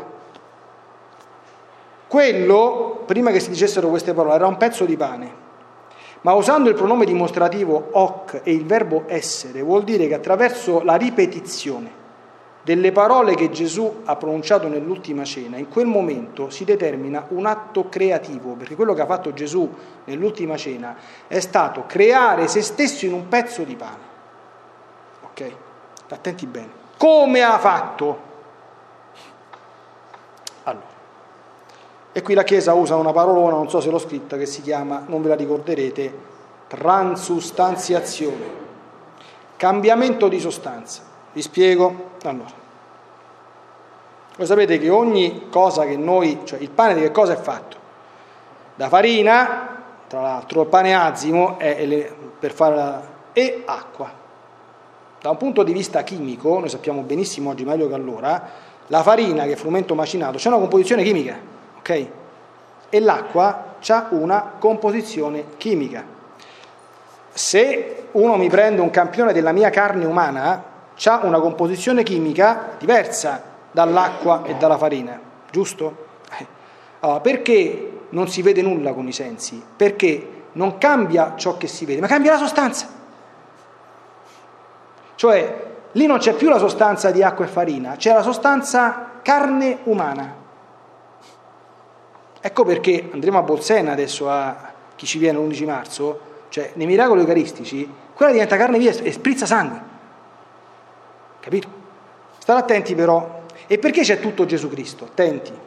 quello, prima che si dicessero queste parole, era un pezzo di pane, ma usando il pronome dimostrativo hoc e il verbo essere, vuol dire che attraverso la ripetizione delle parole che Gesù ha pronunciato nell'ultima cena, in quel momento si determina un atto creativo, perché quello che ha fatto Gesù nell'ultima cena è stato creare se stesso in un pezzo di pane. Ok? Attenti bene. Come ha fatto? Allora, e qui la Chiesa usa una parolona, non so se l'ho scritta, che si chiama, non ve la ricorderete, transustanziazione, cambiamento di sostanza. Vi spiego. Allora, voi sapete che ogni cosa che noi, cioè il pane di che cosa è fatto? Da farina, tra l'altro il pane azimo è le, per fare la, e acqua. Da un punto di vista chimico, noi sappiamo benissimo oggi meglio che allora, la farina, che è frumento macinato, c'è una composizione chimica, ok? E l'acqua c'ha una composizione chimica. se uno mi prende un campione della mia carne umana, c'ha una composizione chimica diversa dall'acqua e dalla farina, giusto? Allora, perché non si vede nulla con i sensi? Perché non cambia ciò che si vede, ma cambia la sostanza. Cioè, lì non c'è più la sostanza di acqua e farina, c'è la sostanza carne umana. Ecco perché andremo a Bolsena adesso, a chi ci viene l'undici marzo, cioè nei miracoli eucaristici, quella diventa carne viva e sprizza sangue. Capito? State attenti però. E perché c'è tutto Gesù Cristo? Attenti.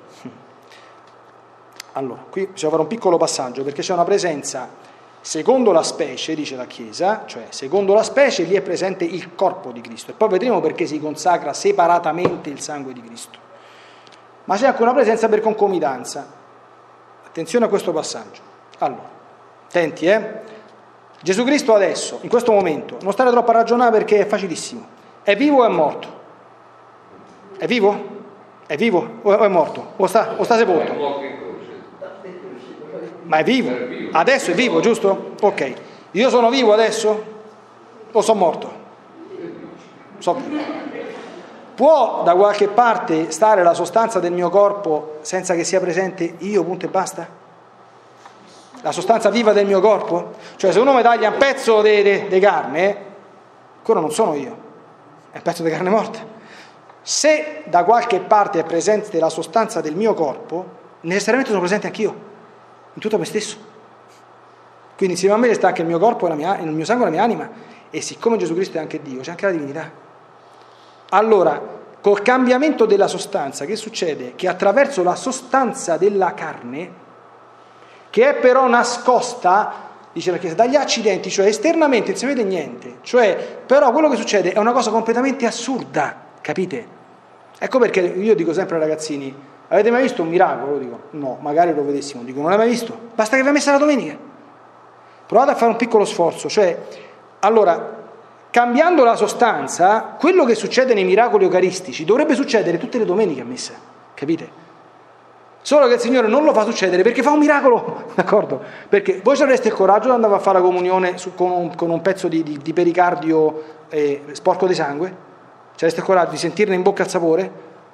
Allora, qui bisogna fare un piccolo passaggio, perché c'è una presenza secondo la specie, dice la Chiesa, cioè secondo la specie lì è presente il corpo di Cristo, e poi vedremo perché si consacra separatamente il sangue di Cristo. Ma c'è anche una presenza per concomitanza. Attenzione a questo passaggio. Allora, attenti, eh? Gesù Cristo adesso, in questo momento, non stare troppo a ragionare perché è facilissimo. È vivo o è morto? È vivo? È vivo o è morto? O sta, o sta sepolto? Ma è vivo? Adesso è vivo, giusto? Ok. Io sono vivo adesso? O sono morto? So. Può da qualche parte stare la sostanza del mio corpo senza che sia presente io, punto e basta? La sostanza viva del mio corpo? Cioè se uno mi taglia un pezzo di carne, quello non sono io, è un pezzo di carne morta. Se da qualche parte è presente la sostanza del mio corpo, necessariamente sono presente anch'io, in tutto me stesso. Quindi insieme a me sta anche il mio corpo, la mia, il mio sangue e la mia anima, e siccome Gesù Cristo è anche Dio, c'è anche la divinità. Allora, col cambiamento della sostanza, che succede? Che attraverso la sostanza della carne, che è però nascosta, dice la Chiesa, dagli accidenti, cioè esternamente non si vede niente, cioè però quello che succede è una cosa completamente assurda, capite? Ecco perché io dico sempre ai ragazzini: avete mai visto un miracolo? Dico, no, magari lo vedessimo. Dico, non l'hai mai visto? Basta che vi ha messa la domenica. Provate a fare un piccolo sforzo. Cioè, allora, cambiando la sostanza, quello che succede nei miracoli eucaristici dovrebbe succedere tutte le domeniche a messa. Capite? Solo che il Signore non lo fa succedere perché fa un miracolo, d'accordo? Perché voi avreste il coraggio di andare a fare la comunione su, con, un, con un pezzo di, di, di pericardio eh, sporco di sangue? Avreste il coraggio di sentirne in bocca il sapore?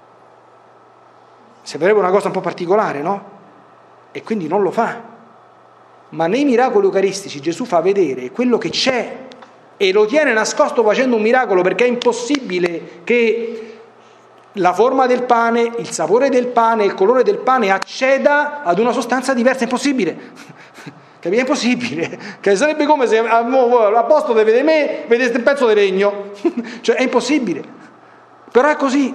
Sembrerebbe una cosa un po' particolare, no? E quindi non lo fa. Ma nei miracoli eucaristici Gesù fa vedere quello che c'è e lo tiene nascosto facendo un miracolo, perché è impossibile che la forma del pane, il sapore del pane, il colore del pane acceda ad una sostanza diversa. È impossibile. Capite? È impossibile. Che sarebbe come se a posto di vedere me vedeste un pezzo di legno. Cioè è impossibile. Però è così.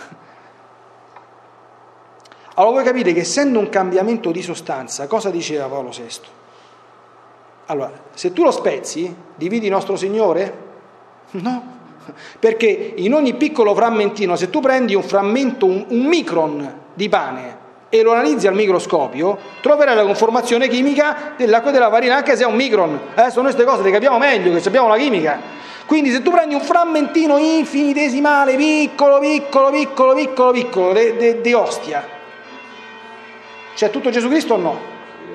Allora voi capite che essendo un cambiamento di sostanza, cosa diceva Paolo sesto? Allora, se tu lo spezzi, dividi nostro Signore? No. Perché in ogni piccolo frammentino, se tu prendi un frammento, un, un micron di pane e lo analizzi al microscopio, troverai la conformazione chimica dell'acqua e della farina, anche se è un micron. Adesso noi queste cose le capiamo meglio, che sappiamo la chimica. Quindi se tu prendi un frammentino infinitesimale, piccolo, piccolo, piccolo, piccolo, piccolo, di ostia, c'è tutto Gesù Cristo o no?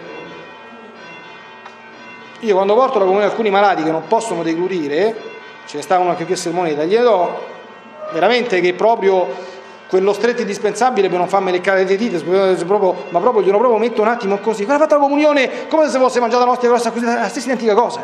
Io quando porto la comunione a alcuni malati che non possono deglutire, ce ne sta uno anche qui a Sermoneta, gli do veramente che proprio quello stretto indispensabile per non farmi leccare le dita, proprio, ma proprio glielo proprio metto un attimo così. Quella fatta la comunione come se fosse mangiata la nostra grossa così, la stessa identica cosa.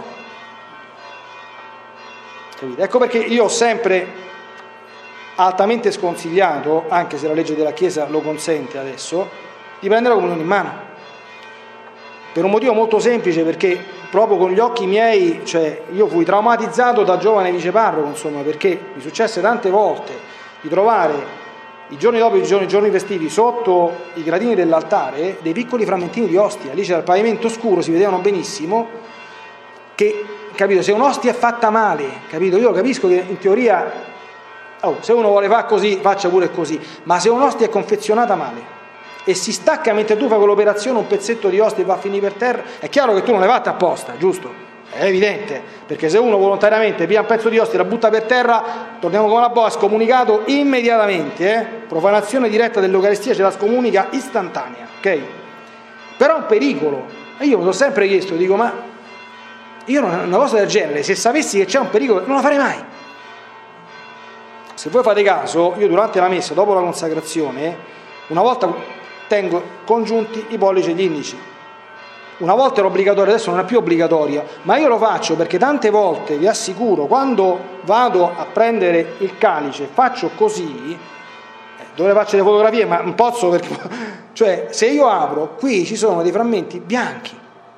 Capite? Ecco perché io ho sempre altamente sconsigliato, anche se la legge della Chiesa lo consente adesso, di prendere la comunione in mano. Per un motivo molto semplice, perché proprio con gli occhi miei, cioè io fui traumatizzato da giovane viceparroco, insomma, perché mi successe tante volte di trovare i giorni dopo i giorni, i giorni festivi sotto i gradini dell'altare dei piccoli frammentini di ostia. Lì c'era il pavimento scuro, si vedevano benissimo, che, capito, se un'ostia è fatta male, capito, io capisco che in teoria, oh, se uno vuole fare così, faccia pure così, ma se un'ostia è confezionata male e si stacca mentre tu fai quell'operazione un pezzetto di ostia e va a finire per terra, è chiaro che tu non l'hai fatta apposta, giusto? È evidente, perché se uno volontariamente piglia un pezzo di ostia e la butta per terra, torniamo come la boa, scomunicato immediatamente, eh? Profanazione diretta dell'Eucaristia, ce la scomunica istantanea, ok? Però è un pericolo. E io mi sono sempre chiesto, dico, ma io una cosa del genere, se sapessi che c'è un pericolo, non la farei mai. Se voi fate caso, io durante la messa, dopo la consacrazione, una volta tengo congiunti i pollici e gli indici. Una volta era obbligatorio, adesso non è più obbligatorio, ma io lo faccio perché tante volte, vi assicuro, quando vado a prendere il calice, faccio così, eh, dove faccio le fotografie, ma non posso perché... Cioè, se io apro, qui ci sono dei frammenti bianchi.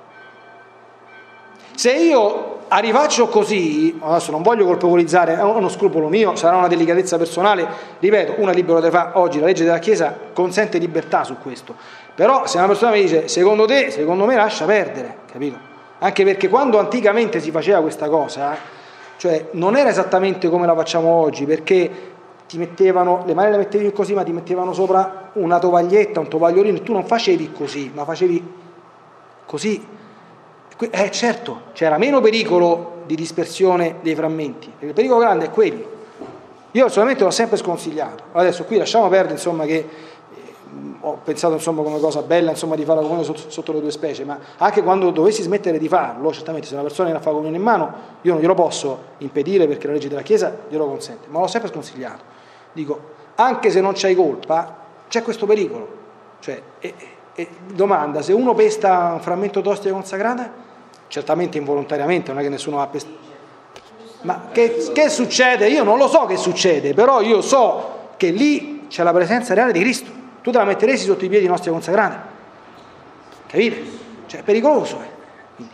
Se io arrivaccio così, adesso non voglio colpevolizzare, è uno scrupolo mio, sarà una delicatezza personale, ripeto, uno è libero di fare, oggi la legge della Chiesa consente libertà su questo, però se una persona mi dice secondo te, secondo me, lascia perdere, capito? Anche perché quando anticamente si faceva questa cosa, cioè non era esattamente come la facciamo oggi, perché ti mettevano, le mani le mettevi così, ma ti mettevano sopra una tovaglietta, un tovagliolino, e tu non facevi così, ma facevi così. Eh certo, c'era meno pericolo di dispersione dei frammenti, il pericolo grande è quello. Io personalmente l'ho sempre sconsigliato. Adesso qui lasciamo perdere, insomma, che eh, ho pensato, insomma, come cosa bella, insomma, di fare la comunione sotto, sotto le due specie, ma anche quando dovessi smettere di farlo, certamente se una persona viene a fare la comunione in mano, io non glielo posso impedire perché la legge della Chiesa glielo consente, ma l'ho sempre sconsigliato. Dico, anche se non c'hai colpa, c'è questo pericolo. Cioè, e, e, domanda, se uno pesta un frammento d'ostia consacrata, certamente involontariamente, non è che nessuno ha pestato, ma che, che succede? Io non lo so che succede, però io so che lì c'è la presenza reale di Cristo. Tu te la metteresti sotto i piedi i nostri consacrati, capite? Cioè è pericoloso, eh. Quindi,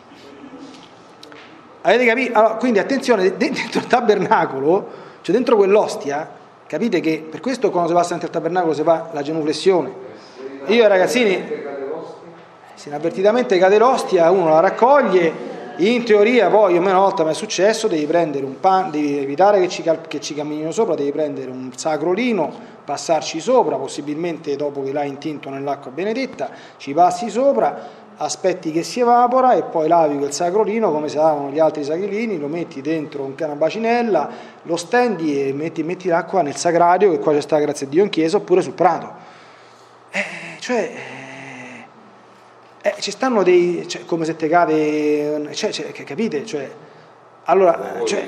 avete capito? Allora, quindi attenzione, dentro il tabernacolo, cioè dentro quell'ostia, capite che per questo quando si passa dentro il tabernacolo si fa la genuflessione. Io ragazzini, se inavvertitamente cade l'ostia, uno la raccoglie, in teoria poi, o meno una volta mi è successo, devi prendere un pan, devi evitare che ci, che ci camminino sopra, devi prendere un sacrolino, passarci sopra, possibilmente dopo che l'hai intinto nell'acqua benedetta, ci passi sopra, aspetti che si evapora e poi lavi quel sacrolino come se lavano gli altri sacrilini, lo metti dentro una bacinella, lo stendi e metti, metti l'acqua nel sacrario, che qua c'è sta, grazie a Dio, in chiesa, oppure sul prato. Eh, cioè... Eh, ci stanno dei, cioè, come se te cade, cioè, cioè, capite? Cioè, allora, cioè,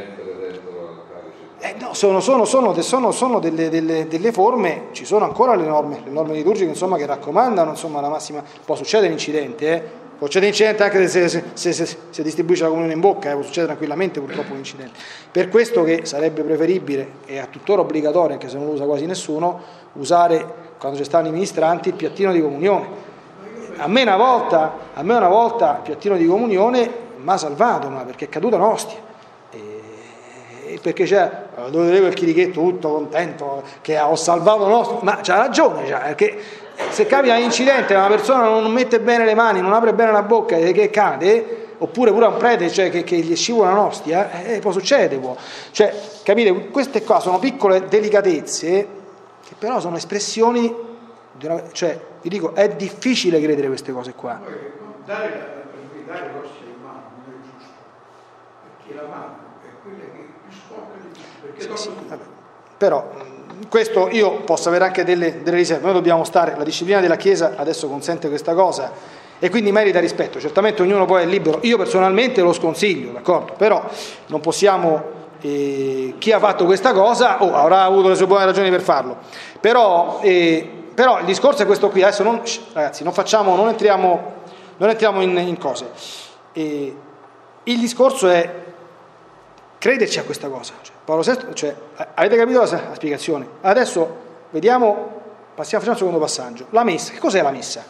eh, no, sono, sono, sono, sono, sono delle, delle, delle forme, ci sono ancora le norme, le norme liturgiche, insomma, che raccomandano, insomma, la massima, può succedere l'incidente, eh? Può succedere l'incidente anche se, se, se, se, se distribuisce la comunione in bocca, eh? Può succedere tranquillamente purtroppo l'incidente. Per questo che sarebbe preferibile, e a tuttora obbligatorio, anche se non lo usa quasi nessuno, usare, quando ci stanno i ministranti, il piattino di comunione. A me una volta, a me una volta il piattino di comunione mi ha salvato, ma perché è caduta un'ostia. E perché c'è, dove vedevo il chirichetto tutto contento che ho salvato un'ostia, ma c'ha ragione, cioè, perché se capita un incidente, una persona non mette bene le mani, non apre bene la bocca e che cade, oppure pure un prete, cioè, che, che gli scivola un'ostia, eh, può succedere, può. Cioè, capite, queste qua sono piccole delicatezze che però sono espressioni. Cioè, vi dico, è difficile credere queste cose qua. Dare la dare l'ostia in mano non è giusto, perché la mano è quella che più sporca di tutti. Perché sì, sì, vabbè. Però questo io posso avere anche delle, delle riserve. Noi dobbiamo stare, la disciplina della Chiesa adesso consente questa cosa e quindi merita rispetto. Certamente ognuno poi è libero. Io personalmente lo sconsiglio, d'accordo? Però non possiamo. Eh, chi ha fatto questa cosa oh, avrà avuto le sue buone ragioni per farlo. Però. Eh, Però il discorso è questo qui, adesso non, ragazzi, non facciamo, non entriamo, non entriamo in, in cose. E il discorso è crederci a questa cosa. Cioè, Paolo sesto, cioè, avete capito la, la spiegazione? Adesso vediamo, passiamo, facciamo il secondo passaggio. La messa, che cos'è la messa?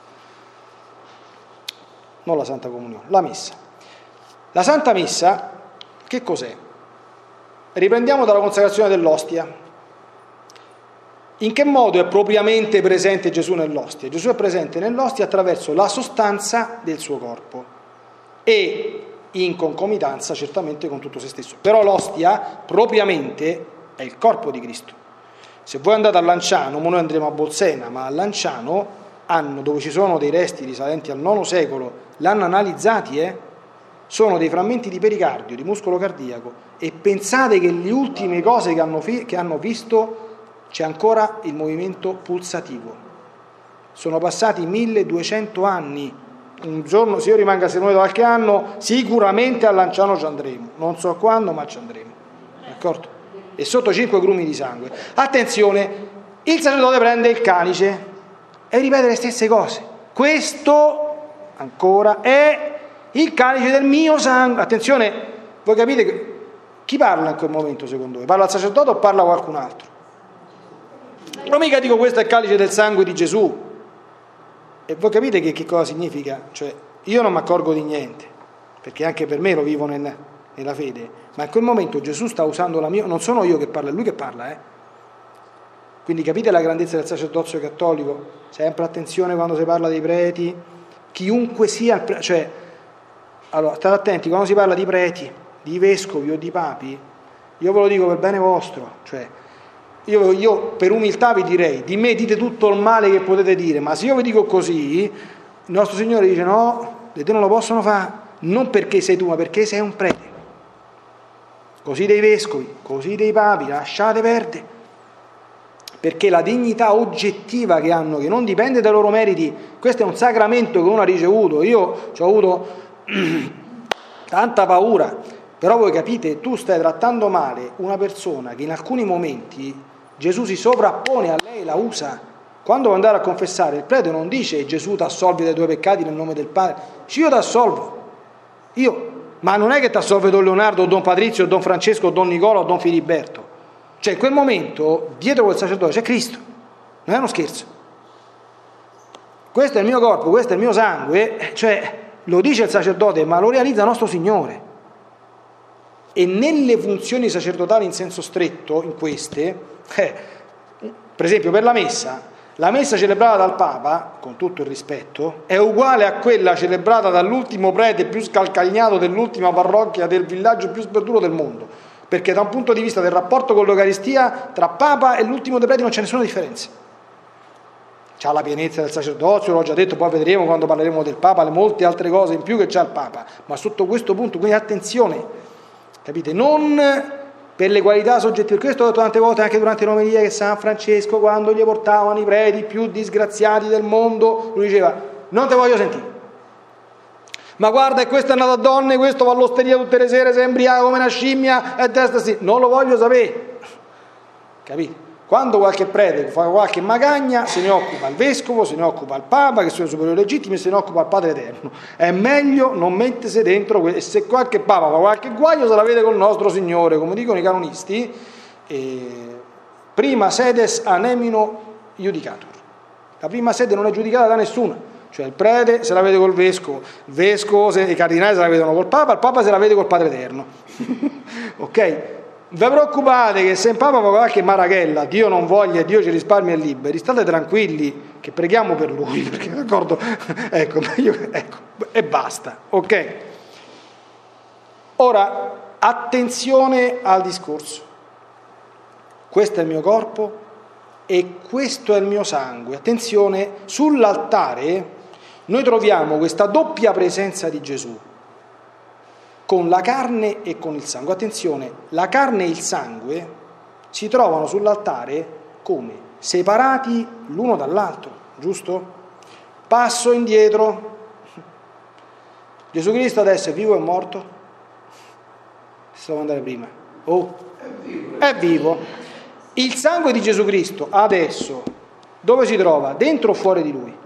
Non la Santa Comunione, la messa. La Santa Messa, che cos'è? Riprendiamo dalla consacrazione dell'ostia. In che modo è propriamente presente Gesù nell'ostia? Gesù è presente nell'ostia attraverso la sostanza del suo corpo e in concomitanza certamente con tutto se stesso. Però l'ostia propriamente è il corpo di Cristo. Se voi andate a Lanciano, noi andremo a Bolsena, ma a Lanciano hanno, dove ci sono dei resti risalenti al nono secolo, l'hanno analizzati, eh? Sono dei frammenti di pericardio, di muscolo cardiaco, e pensate che le ultime cose che hanno, fi- che hanno visto c'è ancora il movimento pulsativo. Sono passati milleduecento anni un giorno, se io rimango a Semoleto qualche anno, sicuramente a Lanciano ci andremo, non so quando, ma ci andremo, d'accordo? E sotto cinque grumi di sangue. Attenzione, il sacerdote prende il calice e ripete le stesse cose. Questo, ancora, è il calice del mio sangue. Attenzione, voi capite che, chi parla in quel momento secondo voi? Parla il sacerdote o parla qualcun altro? Non mica dico questo è il calice del sangue di Gesù. E voi capite che, che cosa significa? Cioè, io non mi accorgo di niente, perché anche per me lo vivo nel, nella fede, ma in quel momento Gesù sta usando la mia, non sono io che parlo, è lui che parla, eh? Quindi capite la grandezza del sacerdozio cattolico? Sempre attenzione quando si parla dei preti, chiunque sia, il pre- cioè, allora state attenti, quando si parla di preti, di vescovi o di papi, io ve lo dico per bene vostro, cioè, Io, io per umiltà vi direi, di me dite tutto il male che potete dire, ma se io vi dico così, il nostro Signore dice no, le te non lo possono fare, non perché sei tu, ma perché sei un prete. Così dei vescovi, così dei papi, lasciate perdere, perché la dignità oggettiva che hanno, che non dipende dai loro meriti, questo è un sacramento che uno ha ricevuto, io ci ho avuto tanta paura, però voi capite, tu stai trattando male una persona che in alcuni momenti Gesù si sovrappone a lei, la usa. Quando vuoi andare a confessare, il prete non dice Gesù ti assolvi dai tuoi peccati nel nome del Padre, dice io ti assolvo, io, ma non è che ti assolve Don Leonardo, o Don Patrizio, o Don Francesco, o Don Nicola, o Don Filiberto. Cioè in quel momento, dietro quel sacerdote c'è Cristo, non è uno scherzo. Questo è il mio corpo, questo è il mio sangue, cioè lo dice il sacerdote, ma lo realizza nostro Signore. E nelle funzioni sacerdotali in senso stretto, in queste, eh, per esempio per la messa, la messa celebrata dal Papa, con tutto il rispetto, è uguale a quella celebrata dall'ultimo prete più scalcagnato dell'ultima parrocchia del villaggio più sperduto del mondo, perché da un punto di vista del rapporto con l'Eucaristia tra Papa e l'ultimo dei preti non c'è nessuna differenza. C'ha la pienezza del sacerdozio, l'ho già detto, poi vedremo quando parleremo del Papa, le molte altre cose in più che c'ha il Papa, ma sotto questo punto, quindi attenzione, capite? Non per le qualità soggettive, questo ho detto tante volte anche durante l'omelia che San Francesco, quando gli portavano i preti più disgraziati del mondo, lui diceva non te voglio sentire, ma guarda che questo è nato a donne, questo va all'osteria tutte le sere, si è embriaco come una scimmia e testa sì, non lo voglio sapere, capite? Quando qualche prete fa qualche magagna se ne occupa il vescovo, se ne occupa il Papa, che sono i superiori legittimi, e se ne occupa il Padre Eterno. È meglio non mettersi dentro, e se qualche Papa fa qualche guaio se la vede col nostro Signore, come dicono i canonisti, eh, prima sedes anemino iudicatur. La prima sede non è giudicata da nessuno, cioè il prete se la vede col vescovo, il vescovo, se, i cardinali se la vedono col Papa, il Papa se la vede col Padre Eterno. Ok? Vi preoccupate che se il Papa fa qualche marachella, Dio non voglia e Dio ci risparmi e liberi, state tranquilli che preghiamo per lui, perché d'accordo? Ecco, meglio, ecco, e basta, ok? Ora, attenzione al discorso. Questo è il mio corpo e questo è il mio sangue. Attenzione, sull'altare noi troviamo questa doppia presenza di Gesù, con la carne e con il sangue. Attenzione, la carne e il sangue si trovano sull'altare come? Separati l'uno dall'altro, giusto? Passo indietro. Gesù Cristo adesso è vivo o è morto? Stavo andare prima. Oh, è vivo. Il sangue di Gesù Cristo adesso dove si trova? Dentro o fuori di Lui?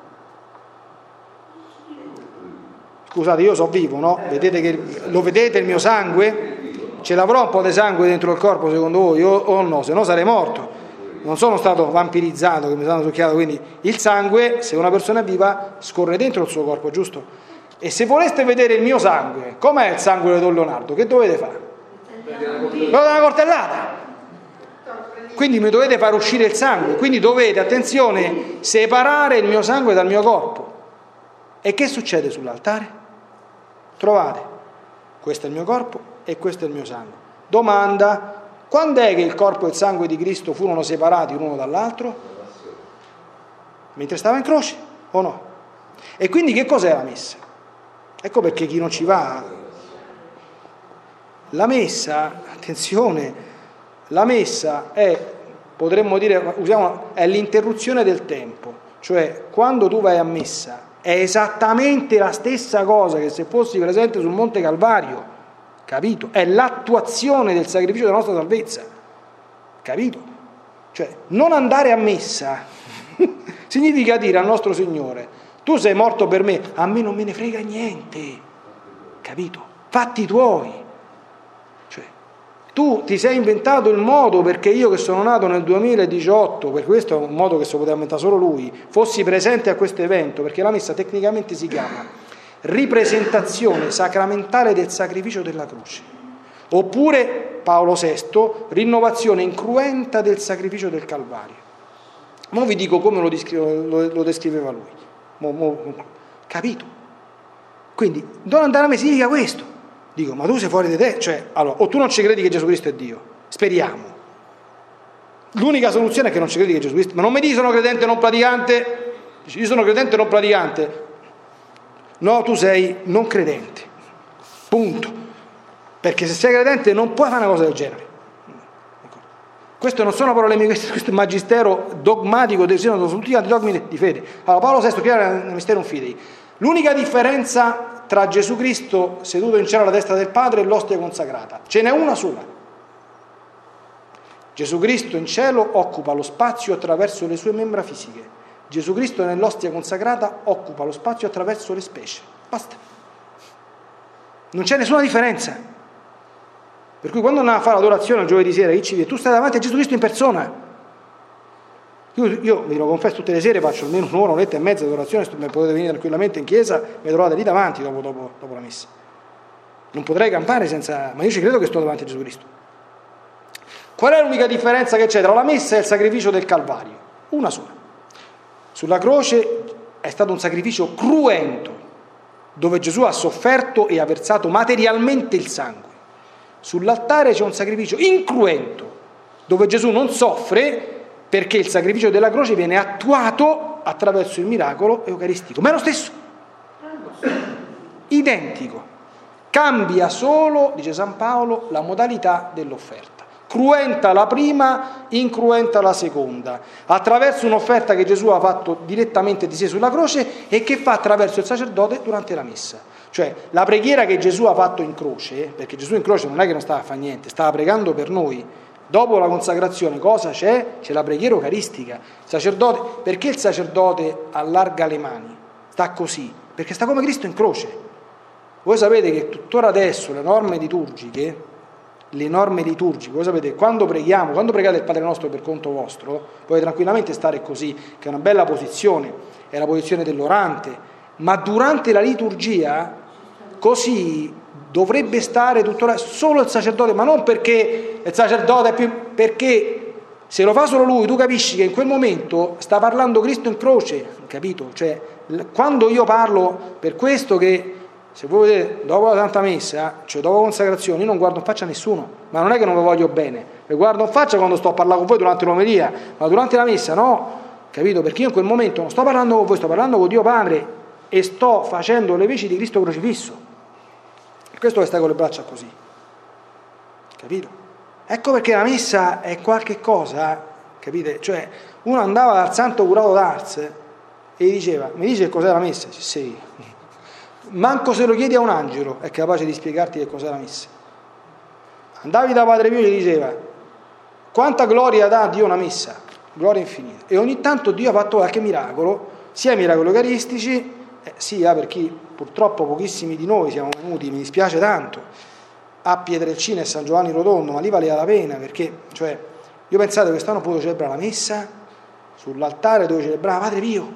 Scusate, io sono vivo, no? Vedete che, lo vedete il mio sangue? Ce l'avrò un po' di sangue dentro il corpo secondo voi o, o no? Se no sarei morto. Non sono stato vampirizzato, che mi sono succhiato, quindi il sangue, se una persona è viva, scorre dentro il suo corpo, giusto? E se voleste vedere il mio sangue, com'è il sangue di Don Leonardo? Che dovete fare? Lo date una coltellata. Quindi mi dovete far uscire il sangue, quindi dovete, attenzione, separare il mio sangue dal mio corpo. E che succede sull'altare? Trovate, questo è il mio corpo e questo è il mio sangue. Domanda, quando è che il corpo e il sangue di Cristo furono separati l'uno dall'altro? Mentre stava in croce o no? E quindi che cos'è la messa? Ecco perché chi non ci va, la messa, attenzione, la messa è, potremmo dire, usiamo, è l'interruzione del tempo, cioè quando tu vai a messa È esattamente la stessa cosa che se fossi presente sul Monte Calvario, capito? È l'attuazione del sacrificio della nostra salvezza, capito? Cioè, non andare a messa significa dire al nostro Signore: tu sei morto per me, a me non me ne frega niente, capito? Fatti tuoi. Cioè, tu ti sei inventato il modo perché io, che sono nato nel duemiladiciotto, perché questo è un modo che si poteva inventare solo lui, fossi presente a questo evento, perché la messa tecnicamente si chiama ripresentazione sacramentale del sacrificio della croce, oppure Paolo sesto, rinnovazione incruenta del sacrificio del Calvario. Mo vi dico come lo, lo, lo descriveva lui. Mo, mo, capito? Quindi non andare a me significa questo. Dico, ma tu sei fuori di te, cioè, allora, o tu non ci credi che Gesù Cristo è Dio, speriamo. L'unica soluzione è che non ci credi che Gesù Cristo, ma non mi dici sono credente non praticante, dici, io sono credente non praticante, no, tu sei non credente, punto, perché se sei credente non puoi fare una cosa del genere. Queste non sono parole mie, questo è il magistero dogmatico, sono tutti gli dogmi di fede. Allora Paolo sesto chiama nel Mysterium Fidei. L'unica differenza tra Gesù Cristo seduto in cielo alla destra del Padre e l'ostia consacrata, ce n'è una sola. Gesù Cristo in cielo occupa lo spazio attraverso le sue membra fisiche. Gesù Cristo nell'ostia consacrata occupa lo spazio attraverso le specie. Basta. Non c'è nessuna differenza. Per cui quando andiamo a fare l'adorazione il giovedì sera, tu stai davanti a Gesù Cristo in persona. Io, io vi lo confesso, tutte le sere faccio almeno un'ora, un'oretta e mezza di adorazione, potete venire tranquillamente in chiesa, mi trovate lì davanti dopo, dopo, dopo la messa. Non potrei campare senza... ma io ci credo che sto davanti a Gesù Cristo. Qual è l'unica differenza che c'è tra la messa e il sacrificio del Calvario? Una sola. Sulla croce è stato un sacrificio cruento, dove Gesù ha sofferto e ha versato materialmente il sangue. Sull'altare c'è un sacrificio incruento, dove Gesù non soffre, perché il sacrificio della croce viene attuato attraverso il miracolo eucaristico. Ma è lo stesso, identico. Cambia solo, dice San Paolo, la modalità dell'offerta. Cruenta la prima, incruenta la seconda, attraverso un'offerta che Gesù ha fatto direttamente di sé sulla croce e che fa attraverso il sacerdote durante la messa. Cioè la preghiera che Gesù ha fatto in croce, perché Gesù in croce non è che non stava a fare niente, stava pregando per noi. Dopo la consacrazione cosa c'è? C'è la preghiera eucaristica. Il sacerdote, perché il sacerdote allarga le mani? Sta così, perché sta come Cristo in croce. Voi sapete che tuttora adesso le norme liturgiche, le norme liturgiche, voi sapete, quando preghiamo, quando pregate il Padre Nostro per conto vostro, potete tranquillamente stare così, che è una bella posizione, è la posizione dell'orante, ma durante la liturgia così dovrebbe stare tuttora solo il sacerdote, ma non perché il sacerdote è più, perché se lo fa solo lui, tu capisci che in quel momento sta parlando Cristo in croce, capito? Cioè, quando io parlo, per questo che, se voi vedete, dopo la Santa Messa, cioè dopo la consacrazione, io non guardo in faccia a nessuno, ma non è che non vi voglio bene, vi guardo in faccia quando sto a parlare con voi durante l'omelia, ma durante la Messa no, capito? Perché io in quel momento non sto parlando con voi, sto parlando con Dio Padre e sto facendo le veci di Cristo crocifisso. Questo che sta con le braccia così, capito? Ecco perché la messa è qualche cosa, capite? Cioè uno andava dal santo curato d'Ars e gli diceva: mi dice che cos'è la messa? Dice, sì. Manco se lo chiedi a un angelo è capace di spiegarti che cos'è la messa. Andavi da Padre Pio e gli diceva: quanta gloria dà a Dio una messa? Gloria infinita. E ogni tanto Dio ha fatto qualche miracolo, sia miracoli eucaristici, eh, sia per chi purtroppo pochissimi di noi siamo venuti, mi dispiace tanto, a Pietrelcina e San Giovanni Rotondo, ma lì valeva la pena, perché, cioè, io pensate che quest'anno ho potuto celebrare la messa sull'altare dove celebrava Padre Pio,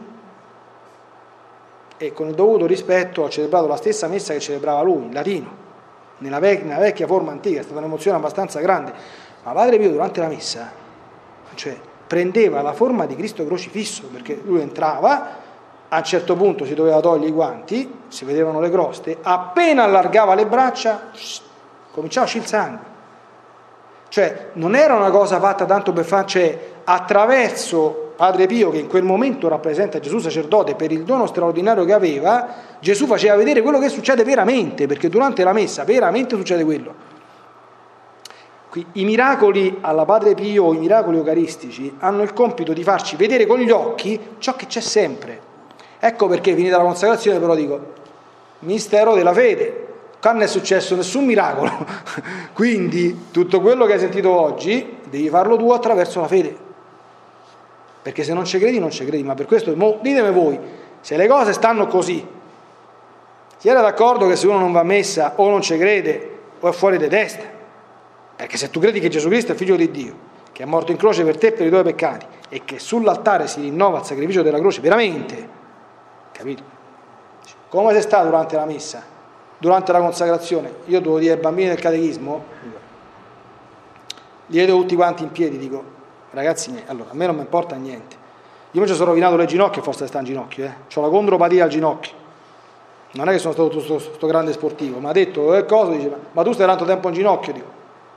e con il dovuto rispetto ho celebrato la stessa messa che celebrava lui, in latino, nella, vec- nella vecchia forma antica, è stata un'emozione abbastanza grande, ma Padre Pio durante la messa, cioè, prendeva la forma di Cristo crocifisso, perché lui entrava, a un certo punto si doveva togliere i guanti, si vedevano le croste, appena allargava le braccia, cominciava a uscire il sangue. Cioè, non era una cosa fatta tanto per fare, cioè, attraverso Padre Pio, che in quel momento rappresenta Gesù sacerdote, per il dono straordinario che aveva, Gesù faceva vedere quello che succede veramente, perché durante la messa veramente succede quello. Qui, i miracoli alla Padre Pio, i miracoli eucaristici, hanno il compito di farci vedere con gli occhi ciò che c'è sempre. Ecco perché finita la consacrazione però dico, mistero della fede, qua non è successo nessun miracolo, quindi tutto quello che hai sentito oggi devi farlo tu attraverso la fede, perché se non ci credi non ci credi, ma per questo mo, ditemi voi, se le cose stanno così, chi era d'accordo che se uno non va a messa o non ci crede o è fuori di testa? Perché se tu credi che Gesù Cristo è figlio di Dio, che è morto in croce per te e per i tuoi peccati e che sull'altare si rinnova il sacrificio della croce veramente, capito? Come si sta durante la messa, durante la consacrazione? Io devo dire ai bambini del catechismo, li vedo tutti quanti in piedi, dico, ragazzi miei, allora a me non mi importa niente, io mi ci sono rovinato le ginocchia, forse sta in ginocchio, eh? C'ho la condropatia al ginocchio, non è che sono stato tutto questo grande sportivo, ma ha detto eh, cosa, dice, ma tu stai tanto tempo in ginocchio, dico,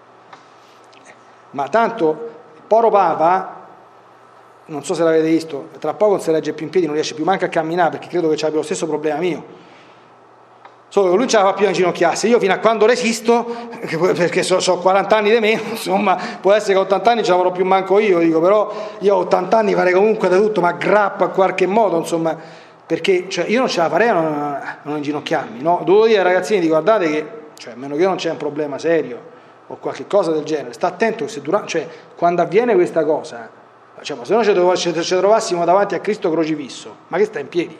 ma tanto il poro Papa, non so se l'avete visto, tra poco non si regge più in piedi, non riesce più manco a camminare perché credo che abbia lo stesso problema mio, solo che lui ce la fa più a inginocchiarsi, io fino a quando resisto, perché so, so quaranta anni di meno, insomma può essere che a ottanta anni ce l'avrò più manco io, dico, però io a ottanta anni farei comunque da tutto, ma aggrappo a qualche modo, insomma, perché cioè, io non ce la farei a non, non inginocchiarmi, no? Devo dire ai ragazzini, dico, guardate che, cioè, a meno che non c'è un problema serio o qualche cosa del genere, sta attento che se durante, cioè, quando avviene questa cosa, cioè, ma se no ci, dov- ci, ci trovassimo davanti a Cristo crocifisso, ma che sta in piedi?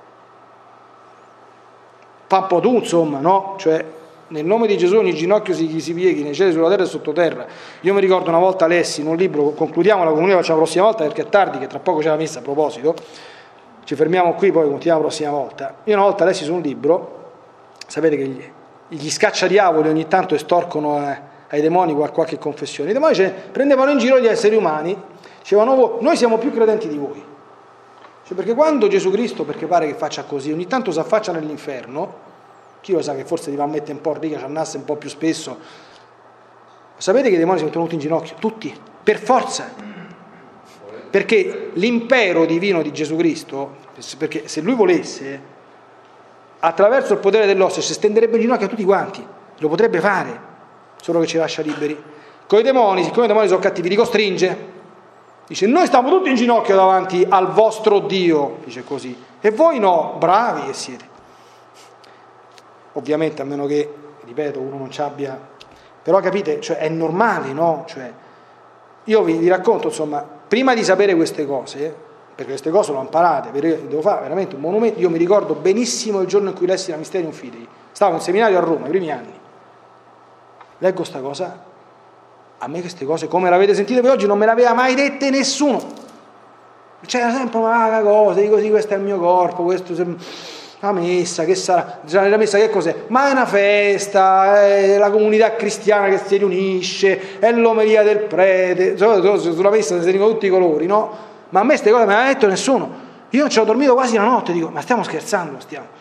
Fa un po' tu, insomma, no? Cioè, nel nome di Gesù ogni ginocchio si, si pieghi nei cieli, sulla terra e sottoterra. Io mi ricordo una volta lessi in un libro, concludiamo la comunione, facciamo la prossima volta perché è tardi, che tra poco c'è la messa a proposito, ci fermiamo qui, poi continuiamo la prossima volta. Io una volta lessi su un libro, sapete che gli, gli scacciadiavoli ogni tanto estorcono eh, ai demoni qualche confessione, i demoni cioè, prendevano in giro gli esseri umani, dicevano noi siamo più credenti di voi, cioè, perché quando Gesù Cristo, perché pare che faccia così, ogni tanto si affaccia nell'inferno, chi lo sa che forse ti va a mettere un po' riga, ci annasse un po' più spesso, sapete che i demoni si mettono tutti in ginocchio, tutti, per forza, perché l'impero divino di Gesù Cristo, perché se lui volesse, attraverso il potere dell'osso si stenderebbe in ginocchio a tutti quanti, lo potrebbe fare, solo che ci lascia liberi. Con i demoni, siccome i demoni sono cattivi, li costringe, dice noi stiamo tutti in ginocchio davanti al vostro Dio, dice così, e voi no, bravi che siete. Ovviamente a meno che, ripeto, uno non ci abbia, però capite, cioè è normale, no? Cioè, io vi, vi racconto, insomma, prima di sapere queste cose, perché queste cose le ho imparate, devo fare veramente un monumento, io mi ricordo benissimo il giorno in cui lessi la Mysterium Fidei, stavo in seminario a Roma, i primi anni, leggo sta cosa, a me queste cose, come l'avete sentite voi oggi, non me l'aveva mai dette nessuno, c'era sempre una cosa, dico sì, questo è il mio corpo, questo è la messa, che sarà, la messa che cos'è? Ma è una festa, è la comunità cristiana che si riunisce, è l'omelia del prete, sulla messa si dicono tutti i colori, no? Ma a me queste cose non me le ha detto nessuno, io non ci ho dormito quasi una notte, dico, ma stiamo scherzando, stiamo.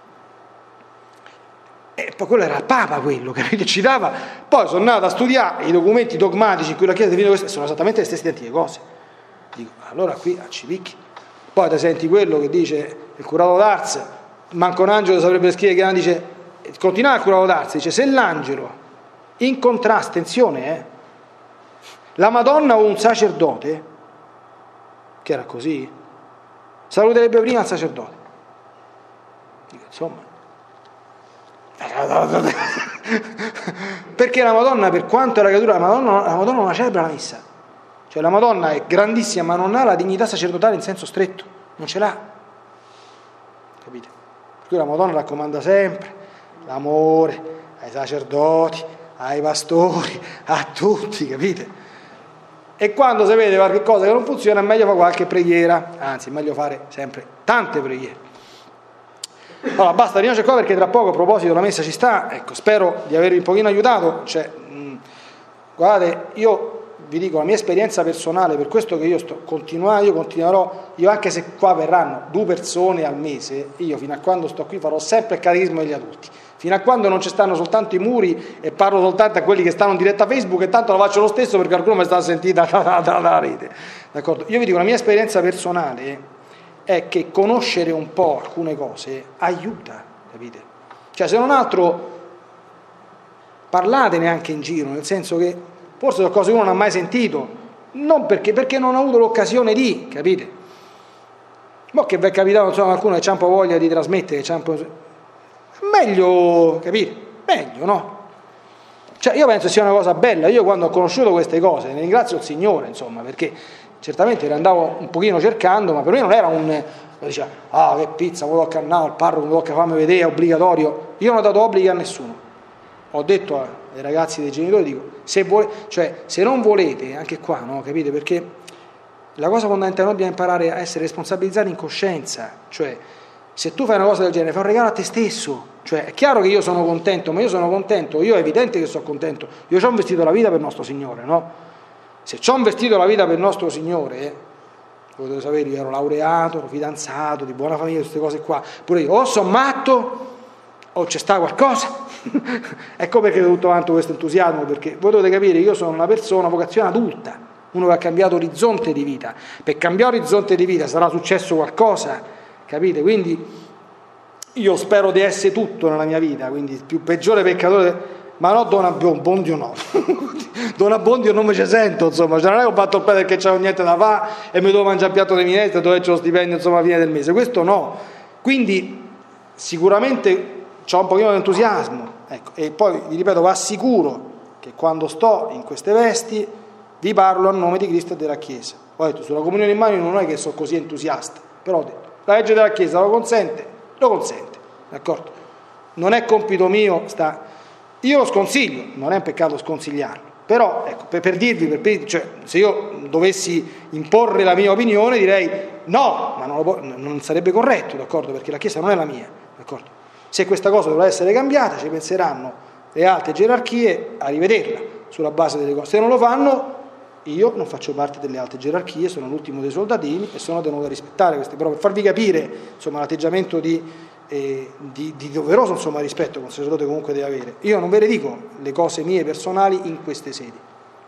E poi quello era il Papa, quello che ci dava. Poi sono andato a studiare i documenti dogmatici in cui la Chiesa divina queste sono esattamente le stesse identiche cose. Dico, allora qui a Civicchi. Poi ti senti quello che dice il curato d'Ars, manco un angelo saprebbe scrivere che dice, continua il curato d'Ars, dice se l'angelo incontrasse, attenzione, eh, la Madonna o un sacerdote, che era così, saluterebbe prima il sacerdote. Dico, insomma, perché la Madonna, per quanto è la creatura, la Madonna, la Madonna non celebra la messa, cioè la Madonna è grandissima ma non ha la dignità sacerdotale in senso stretto, non ce l'ha, capite? Per cui la Madonna raccomanda sempre l'amore ai sacerdoti, ai pastori, a tutti, capite? E quando si vede qualche cosa che non funziona è meglio fare qualche preghiera, anzi è meglio fare sempre tante preghiere. Allora basta, rimanere qua perché tra poco a proposito la messa ci sta, ecco, spero di avervi un pochino aiutato, cioè, mh, guardate, io vi dico la mia esperienza personale, per questo che io sto continuando, io continuerò, io anche se qua verranno due persone al mese, io fino a quando sto qui farò sempre il catechismo degli adulti, fino a quando non ci stanno soltanto i muri e parlo soltanto a quelli che stanno in diretta a Facebook e tanto lo faccio lo stesso perché qualcuno mi sta sentendo dalla rete, d'accordo? Io vi dico la mia esperienza personale è che conoscere un po' alcune cose aiuta, capite? Cioè, se non altro, parlatene anche in giro, nel senso che forse sono cose che uno non ha mai sentito, non perché, perché non ha avuto l'occasione di, capite? Ma che vi è capitato, insomma, qualcuno che c'ha un po' voglia di trasmettere, c'ha un po'... meglio, capire? Meglio, no? Cioè io penso sia una cosa bella. Io quando ho conosciuto queste cose ne ringrazio il Signore, insomma, perché certamente le andavo un pochino cercando, ma per me non era un... diceva, ah che pizza, mi tocca andare al parroco, mi tocca farmi vedere, è obbligatorio. Io non ho dato obblighi a nessuno. Ho detto ai ragazzi dei genitori, dico, se, vuole, cioè, se non volete, anche qua, no, capite? Perché la cosa fondamentale, noi dobbiamo imparare a essere responsabilizzati in coscienza, cioè se tu fai una cosa del genere, fai un regalo a te stesso. Cioè è chiaro che io sono contento, ma io sono contento, io è evidente che sono contento, io ci ho investito la vita per il nostro Signore, no? Se ci ho investito la vita per il nostro Signore, potete sapere, io ero laureato, ero fidanzato, di buona famiglia, queste cose qua, pure io o sono matto o c'è sta qualcosa. Ecco perché ho tutto quanto questo entusiasmo, perché voi dovete capire, io sono una persona, una vocazione adulta, uno che ha cambiato orizzonte di vita. Per cambiare orizzonte di vita sarà successo qualcosa, capite? Quindi io spero di essere tutto nella mia vita, quindi il più peggiore peccatore, ma no Don Abbondio no. Don Abbondio non mi ci sento, insomma, cioè non è che ho fatto il padre perché c'avevo niente da fare e mi devo mangiare il piatto di minestra, dove c'ho lo stipendio, insomma, a fine del mese, questo no. Quindi sicuramente c'ho un pochino di entusiasmo, ecco. E poi vi ripeto, vi assicuro che quando sto in queste vesti vi parlo a nome di Cristo e della Chiesa. Ho detto, sulla comunione in mano non è che sono così entusiasta, però ho detto, la legge della Chiesa lo consente, lo consente, d'accordo? Non è compito mio, sta... io lo sconsiglio, non è un peccato sconsigliarlo, però ecco, per, per dirvi, per, cioè, se io dovessi imporre la mia opinione direi no, ma non, lo, non sarebbe corretto, d'accordo? Perché la Chiesa non è la mia, d'accordo? Se questa cosa dovrà essere cambiata, ci penseranno le alte gerarchie a rivederla sulla base delle cose. Se non lo fanno, io non faccio parte delle alte gerarchie, sono l'ultimo dei soldatini e sono tenuto a rispettare queste, però per farvi capire, insomma, l'atteggiamento di, eh, di, di doveroso, insomma, rispetto che un sacerdote comunque deve avere. Io non ve le dico le cose mie personali in queste sedi.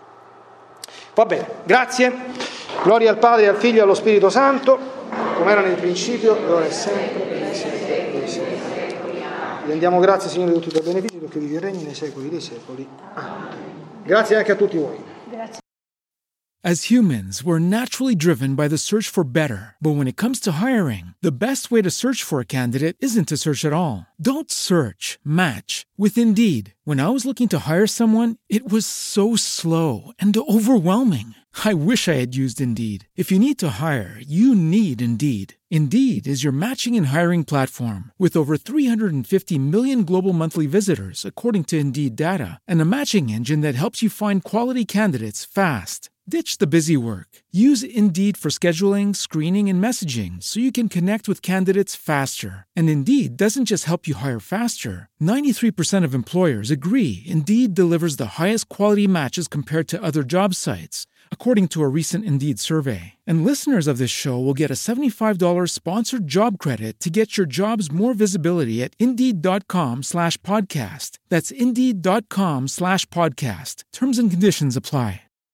Va bene, grazie. Gloria al Padre, al Figlio e allo Spirito Santo, come era nel principio, ora e sempre, e nei secoli dei secoli. Rendiamo grazie, Signore, di tutti i tuoi benefici, perché vivi e regni nei secoli dei secoli. Amen. Grazie anche a tutti voi. Grazie. As humans, we're naturally driven by the search for better. But when it comes to hiring, the best way to search for a candidate isn't to search at all. Don't search, match with Indeed. When I was looking to hire someone, it was so slow and overwhelming. I wish I had used Indeed. If you need to hire, you need Indeed. Indeed is your matching and hiring platform with over three hundred fifty million global monthly visitors, according to Indeed data, and a matching engine that helps you find quality candidates fast. Ditch the busy work. Use Indeed for scheduling, screening, and messaging so you can connect with candidates faster. And Indeed doesn't just help you hire faster. ninety-three percent of employers agree Indeed delivers the highest quality matches compared to other job sites, according to a recent Indeed survey. And listeners of this show will get a seventy-five dollars sponsored job credit to get your jobs more visibility at Indeed.com slash podcast. That's Indeed.com slash podcast. Terms and conditions apply.